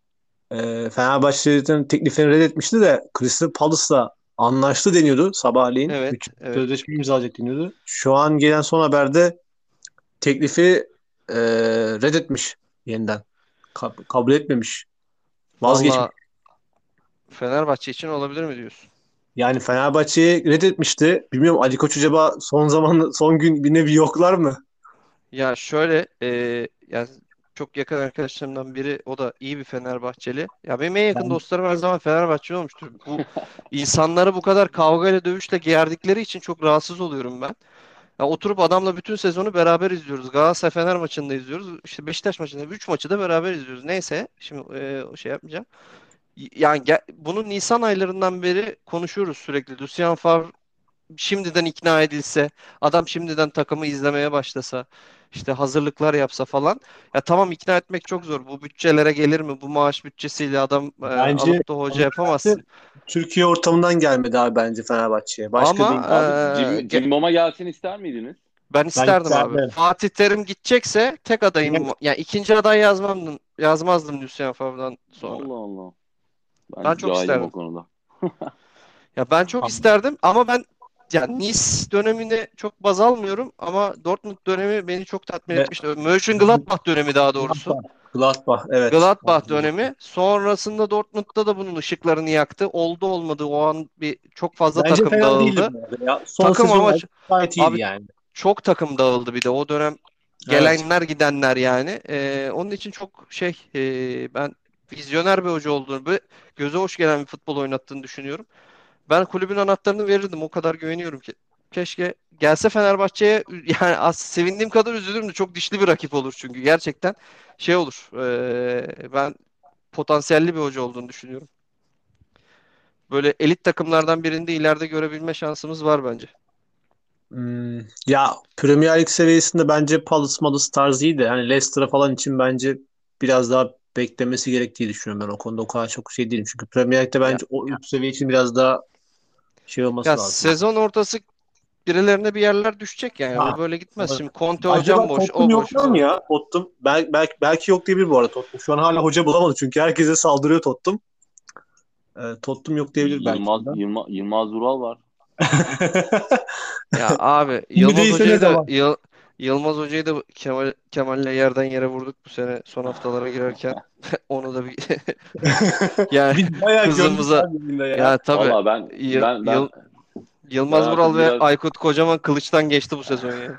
Fenerbahçe'nin teklifini reddetmişti de Crystal Palace'la anlaştı deniyordu sabahleyin. evet, 3 evet. sözleşme imzalayacak deniyordu. Şu an gelen son haberde teklifi e, reddetmiş yeniden. Kabul etmemiş. Vazgeçmiş. Valla Fenerbahçe için olabilir mi diyorsun? Yani Fenerbahçe'yi reddetmişti. Bilmiyorum Ali Koç acaba son zaman son gün bir nevi yoklar mı? Ya şöyle yani çok yakın arkadaşlarımdan biri o da iyi bir Fenerbahçeli. Ya benim en yakın Ben dostlarım her zaman Fenerbahçeli olmuştur. Bu insanları bu kadar kavgayla dövüşle gerdikleri için çok rahatsız oluyorum ben. Ya oturup adamla bütün sezonu beraber izliyoruz. Galatasaray Fener maçında izliyoruz. İşte Beşiktaş maçında 3 maçı da beraber izliyoruz. Neyse şimdi o şey yapmayacağım. Yani bunu Nisan aylarından beri konuşuyoruz sürekli. Lucien Favre şimdiden ikna edilse, adam şimdiden takımı izlemeye başlasa, işte hazırlıklar yapsa falan. Ya tamam ikna etmek çok zor. Bu bütçelere gelir mi? Bu maaş bütçesiyle adam bence alıp da hoca yapamazsın. Türkiye ortamından gelmedi abi bence Fenerbahçe'ye. Başka Ama değil. Abi Cimbom'a gelsin ister miydiniz? ben Ben isterdim abi. isterdim. Fatih Terim gidecekse tek Yani adayım. Yani ikinci aday yazmazdım Lucien Favre'dan sonra. Allah Allah. Ben Ben çok cahilim o isterdim. konuda. Ya ben çok isterdim ama ben yani Nice dönemini çok baz almıyorum ama Dortmund dönemi beni çok tatmin ve etmişti. Mönchengladbach dönemi daha doğrusu. Gladbach, Gladbach, evet. Gladbach dönemi. Sonrasında Dortmund'da da bunun ışıklarını yaktı. Oldu olmadı o an bir çok fazla Bence takım fena değildi dağıldı. bu arada ya. Son Takım sezon ama gayet iyiydi abi yani. çok takım dağıldı bir de o dönem Evet. gelenler gidenler yani. Onun için çok ben vizyoner bir hoca olduğunu ve göze hoş gelen bir futbol oynattığını düşünüyorum. Ben kulübün anahtarını verirdim. O kadar güveniyorum ki. Keşke gelse Fenerbahçe'ye yani sevindiğim kadar üzülürüm de çok dişli bir rakip olur çünkü gerçekten şey olur. Ben potansiyelli bir hoca olduğunu düşünüyorum. Böyle elit takımlardan birinde ileride görebilme şansımız var bence. Ya Premier Lig seviyesinde bence Palace Malas tarzı iyi de hani Leicester'a falan için bence biraz daha beklemesi gerektiği düşünüyorum ben. O konuda o kadar çok şey değilim. Çünkü Premier Lig'de Ya, bence o üst seviye için biraz daha şey ya olması lazım. sezon ortası birilerine bir yerler düşecek yani. Bu Ha, böyle gitmez. evet. Şimdi Conte hocam Acaba boş, Tottenham o boş yoklar mı falan. ya? Tottenham belki yok diyebilir bu arada Tottenham. Şu an hala hoca bulamadı çünkü herkese saldırıyor Tottenham. Tottenham yok diyebilir belki de. Yılmaz Vural var. Ya abi Şimdi değilse ne zaman? Yılmaz Hoca'yı da Kemal'le yerden yere vurduk bu sene son haftalara girerken. Onu da bir yani Biz bayağı gömdük hızımıza abi yayında ya. ya tabii Valla ben Yıl, ben ben Yıl, ben Yılmaz artık Vural ve biraz Aykut Kocaman kılıçtan geçti bu sezon yani.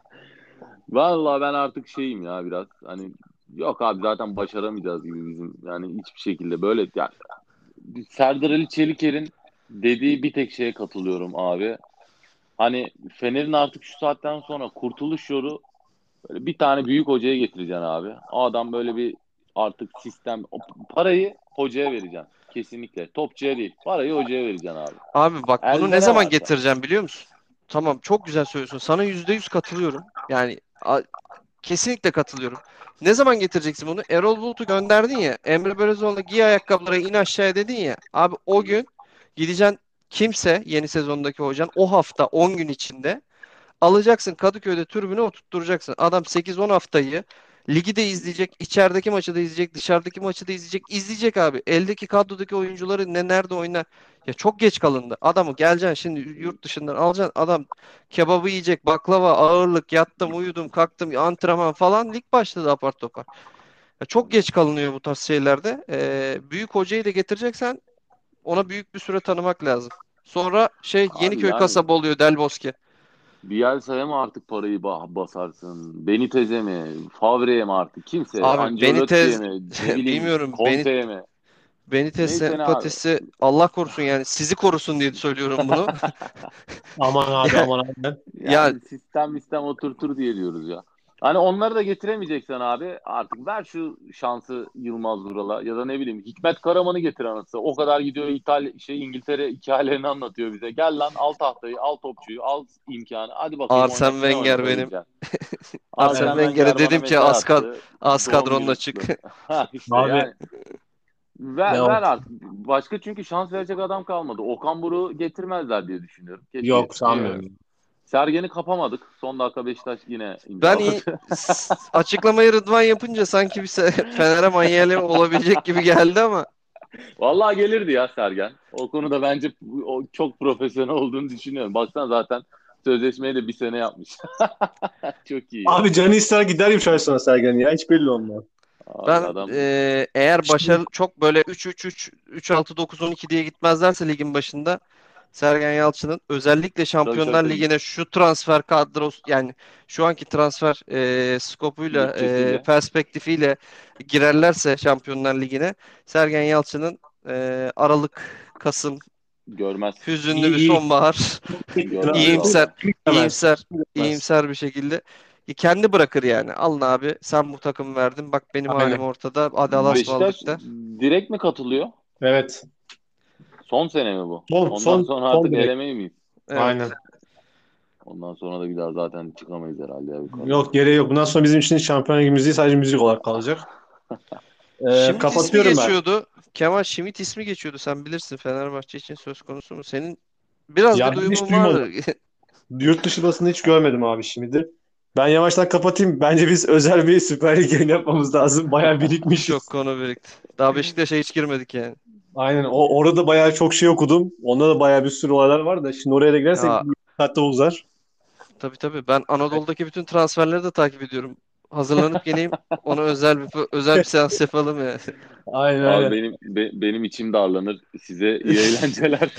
valla ben artık şeyim ya biraz hani yok abi zaten başaramayacağız gibi bizim yani hiçbir şekilde böyle yani Serdar Ali Çeliker'in dediği bir tek şeye katılıyorum abi. Hani Fener'in artık şu saatten sonra kurtuluş yolu böyle bir tane büyük hocaya getireceksin abi. O adam böyle bir artık sistem parayı hocaya vereceksin. Kesinlikle. Topçuya değil. Parayı hocaya vereceksin abi. Abi bak bunu ne Elde ne zaman varsa. getireceğim biliyor musun? Tamam çok güzel söylüyorsun. Sana %100 katılıyorum. Yani kesinlikle katılıyorum. Ne zaman getireceksin bunu? Erol Bulut'u gönderdin ya. Emre Belözoğlu'na giy ayakkabıları in aşağıya dedin ya. Abi o gün gideceksin kimse yeni sezondaki hocan o hafta 10 gün içinde alacaksın Kadıköy'de tribüne oturtturacaksın. Adam 8-10 haftayı ligi de izleyecek, içerideki maçı da izleyecek, dışarıdaki maçı da izleyecek. İzleyecek abi. Eldeki kadrodaki oyuncuları nerede oynar? Ya çok geç kalındı. Adamı geleceksin şimdi yurt dışından alacaksın. Adam kebabı yiyecek, baklava, ağırlık, yattım, uyudum, kalktım, antrenman falan. Lig başladı apar topar. Ya çok geç kalınıyor bu tarz şeylerde. Büyük hocayı da getireceksen ona büyük bir süre tanımak lazım. Sonra Abi Yeniköy yani kasabı oluyor Del Bosque. Bielsa'ya mı artık parayı basarsın? Benitez'e mi? Favre'ye mi artık? Kimse? Abi Ancelotti'ye Benitez mi? Ne bileyim bilmiyorum Conte'ye mi? Benitez Neyse ne abi. sempatisi Allah korusun yani sizi korusun diye söylüyorum bunu. Aman abi Ya, aman abi. ya Yani sistem oturtur diye diyoruz ya. Hani onları da getiremeyeceksen abi artık ver şu şansı Yılmaz Vural'a ya da ne bileyim Hikmet Karaman'ı getir anasını. O kadar gidiyor İngiltere hikayelerini anlatıyor bize. Gel lan al tahtayı, al topçuyu, al imkanı. Hadi bakayım Arsene oynat ne Wenger benim. oynatabileceksin. Arsene Arsene Wenger'e Wenger bana dedim ki mesaj attı. az Doğum kadronla günü çık. kutlu. Ha işte Abi yani ver, ne ver oldu? artık. Başka çünkü şans verecek adam kalmadı. Okan Buruk'u getirmezler diye düşünüyorum. Keşke Yok Yo. sanmıyorum. Sergen'i kapamadık. Son dakika Beşiktaş yine Ben imzaladı. açıklamayı Rıdvan yapınca sanki bir Fener'e manyeli olabilecek gibi geldi ama Vallahi gelirdi ya Sergen. O konuda bence o çok profesyonel olduğunu düşünüyorum. Baksana zaten sözleşmeyi de bir sene yapmış. Çok iyi ya. Abi canı ister gider yum şansına Sergen ya. Hiç belli olmaz. Abi ben adam eğer Şimdi, başarılı çok böyle 3-3-3 3-6-9-12 diye gitmezlerse ligin başında Sergen Yalçın'ın özellikle tabii tabii Şampiyonlar tabii Ligi'ne şu transfer kadrosu yani şu anki transfer skopuyla bütçesiyle perspektifiyle girerlerse Şampiyonlar Ligi'ne Sergen Yalçın'ın Aralık, Kasım görmez. hüzünlü iyi bir iyi. sonbahar Görmez iyimser valla. Gidemez. iyimser Gidemez. iyimser bir şekilde kendi bırakır yani. Alın abi sen bu takım verdin. Bak benim halim Aynen. ortada. Hadi Beşiktaş alasmalık der. direkt mi katılıyor? Evet. Son sene mi bu? Son Ondan son sonra son artık direkt. elemeyi miyiz? Aynen. Evet. Ondan sonra da bir daha zaten çıkamayız herhalde ya yukarıya. Yok gereği yok. Bundan sonra bizim için Şampiyonlar Ligi müziği sadece müzik olarak kalacak. Schmidt ismi Kapatıyorum ben. geçiyordu. Kemal Schmidt ismi geçiyordu. Sen bilirsin Fenerbahçe için söz konusu mu? Senin biraz bir Ya ben hiç duyumun duymadım. vardı. Yurt dışı basını hiç görmedim abi şimdi. Ben yavaştan kapatayım. Bence biz özel bir Süper Lig yayını yapmamız lazım. Bayağı Çok birikmişiz. konu birikti. Daha Beşiktaş'a hiç girmedik yani. Aynen. Orada bayağı çok şey okudum. Onda da bayağı bir sürü olaylar var da. Şimdi oraya da girersek Ya bir saatte uzar. tabii ben Anadolu'daki bütün transferleri de takip ediyorum. Hazırlanıp geleyim. Ona özel bir seans yapalım ya. Aynen Abi aynen. benim içim darlanır. Size iyi eğlenceler.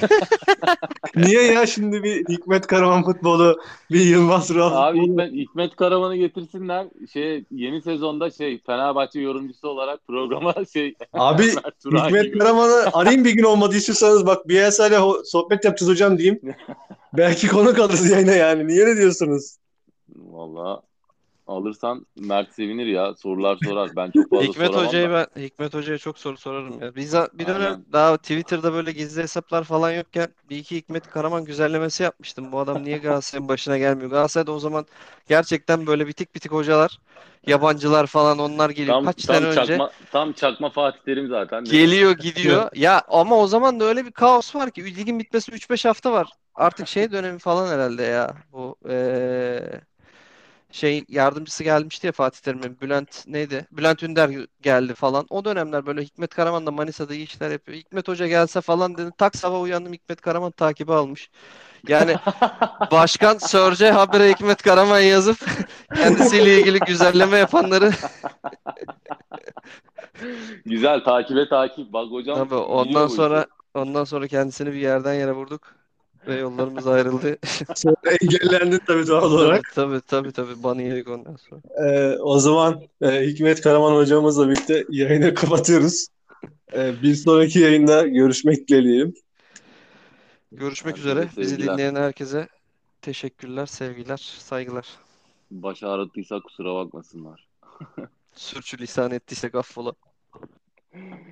Niye ya şimdi bir Hikmet Karaman futbolu, bir Yılmaz Vural Abi futbolu? Hikmet Karaman'ı getirsinler. Yeni sezonda Fenerbahçe yorumcusu olarak programa Abi Mert Turan Hikmet gibi. Karaman'ı arayayım bir gün olmadı istiyorsanız bak Bielsa ile sohbet yapacağız hocam diyeyim. Belki konu kalırız yayına yani. Niye ne diyorsunuz? Vallahi alırsan Mert sevinir ya. Sorular sorar. Ben çok fazla Hikmet soramam Hoca'yı da. ben Hikmet Hoca'ya çok soru sorarım ya. Bir dönem Aynen. daha Twitter'da böyle gizli hesaplar falan yokken bir iki Hikmet Karaman güzellemesi yapmıştım. Bu adam niye Galatasaray'ın başına gelmiyor? Galatasaray'da o zaman gerçekten böyle bitik bitik hocalar, yabancılar falan onlar geliyor. Tam Kaç sene tam önce çakma tam çakma Fatih Terim zaten değil mi? geliyor gidiyor. Ya ama o zaman da öyle bir kaos var ki ligin bitmesi 3-5 hafta var. Artık şey dönemi falan herhalde ya. Bu şey yardımcısı gelmişti ya Fatih Terim'in. Bülent neydi? Bülent Ünder geldi falan. O dönemler böyle Hikmet Karaman da Manisa'da iyi işler yapıyor. Hikmet Hoca gelse falan dedim. Tak sabah uyandım Hikmet Karaman takibi almış. Yani başkan Sörce habere Hikmet Karaman yazıp kendisiyle ilgili güzelleme yapanları Güzel, takibe takip. Bak hocam tabii biliyor bu işi. ondan sonra kendisini bir yerden yere vurduk ve yollarımız ayrıldı. Sonra engellendin tabii doğal Tabii olarak. tabii tabii tabii banı yedik ondan sonra. O zaman Hikmet Karaman hocamızla birlikte yayını kapatıyoruz. Bir sonraki yayında görüşmek dileğiyle. Görüşmek Herkese üzere. Bizi sevgiler. dinleyen herkese teşekkürler, sevgiler, saygılar. Baş ağrıttıysa kusura bakmasınlar. Sürçülisan ettiysek affola.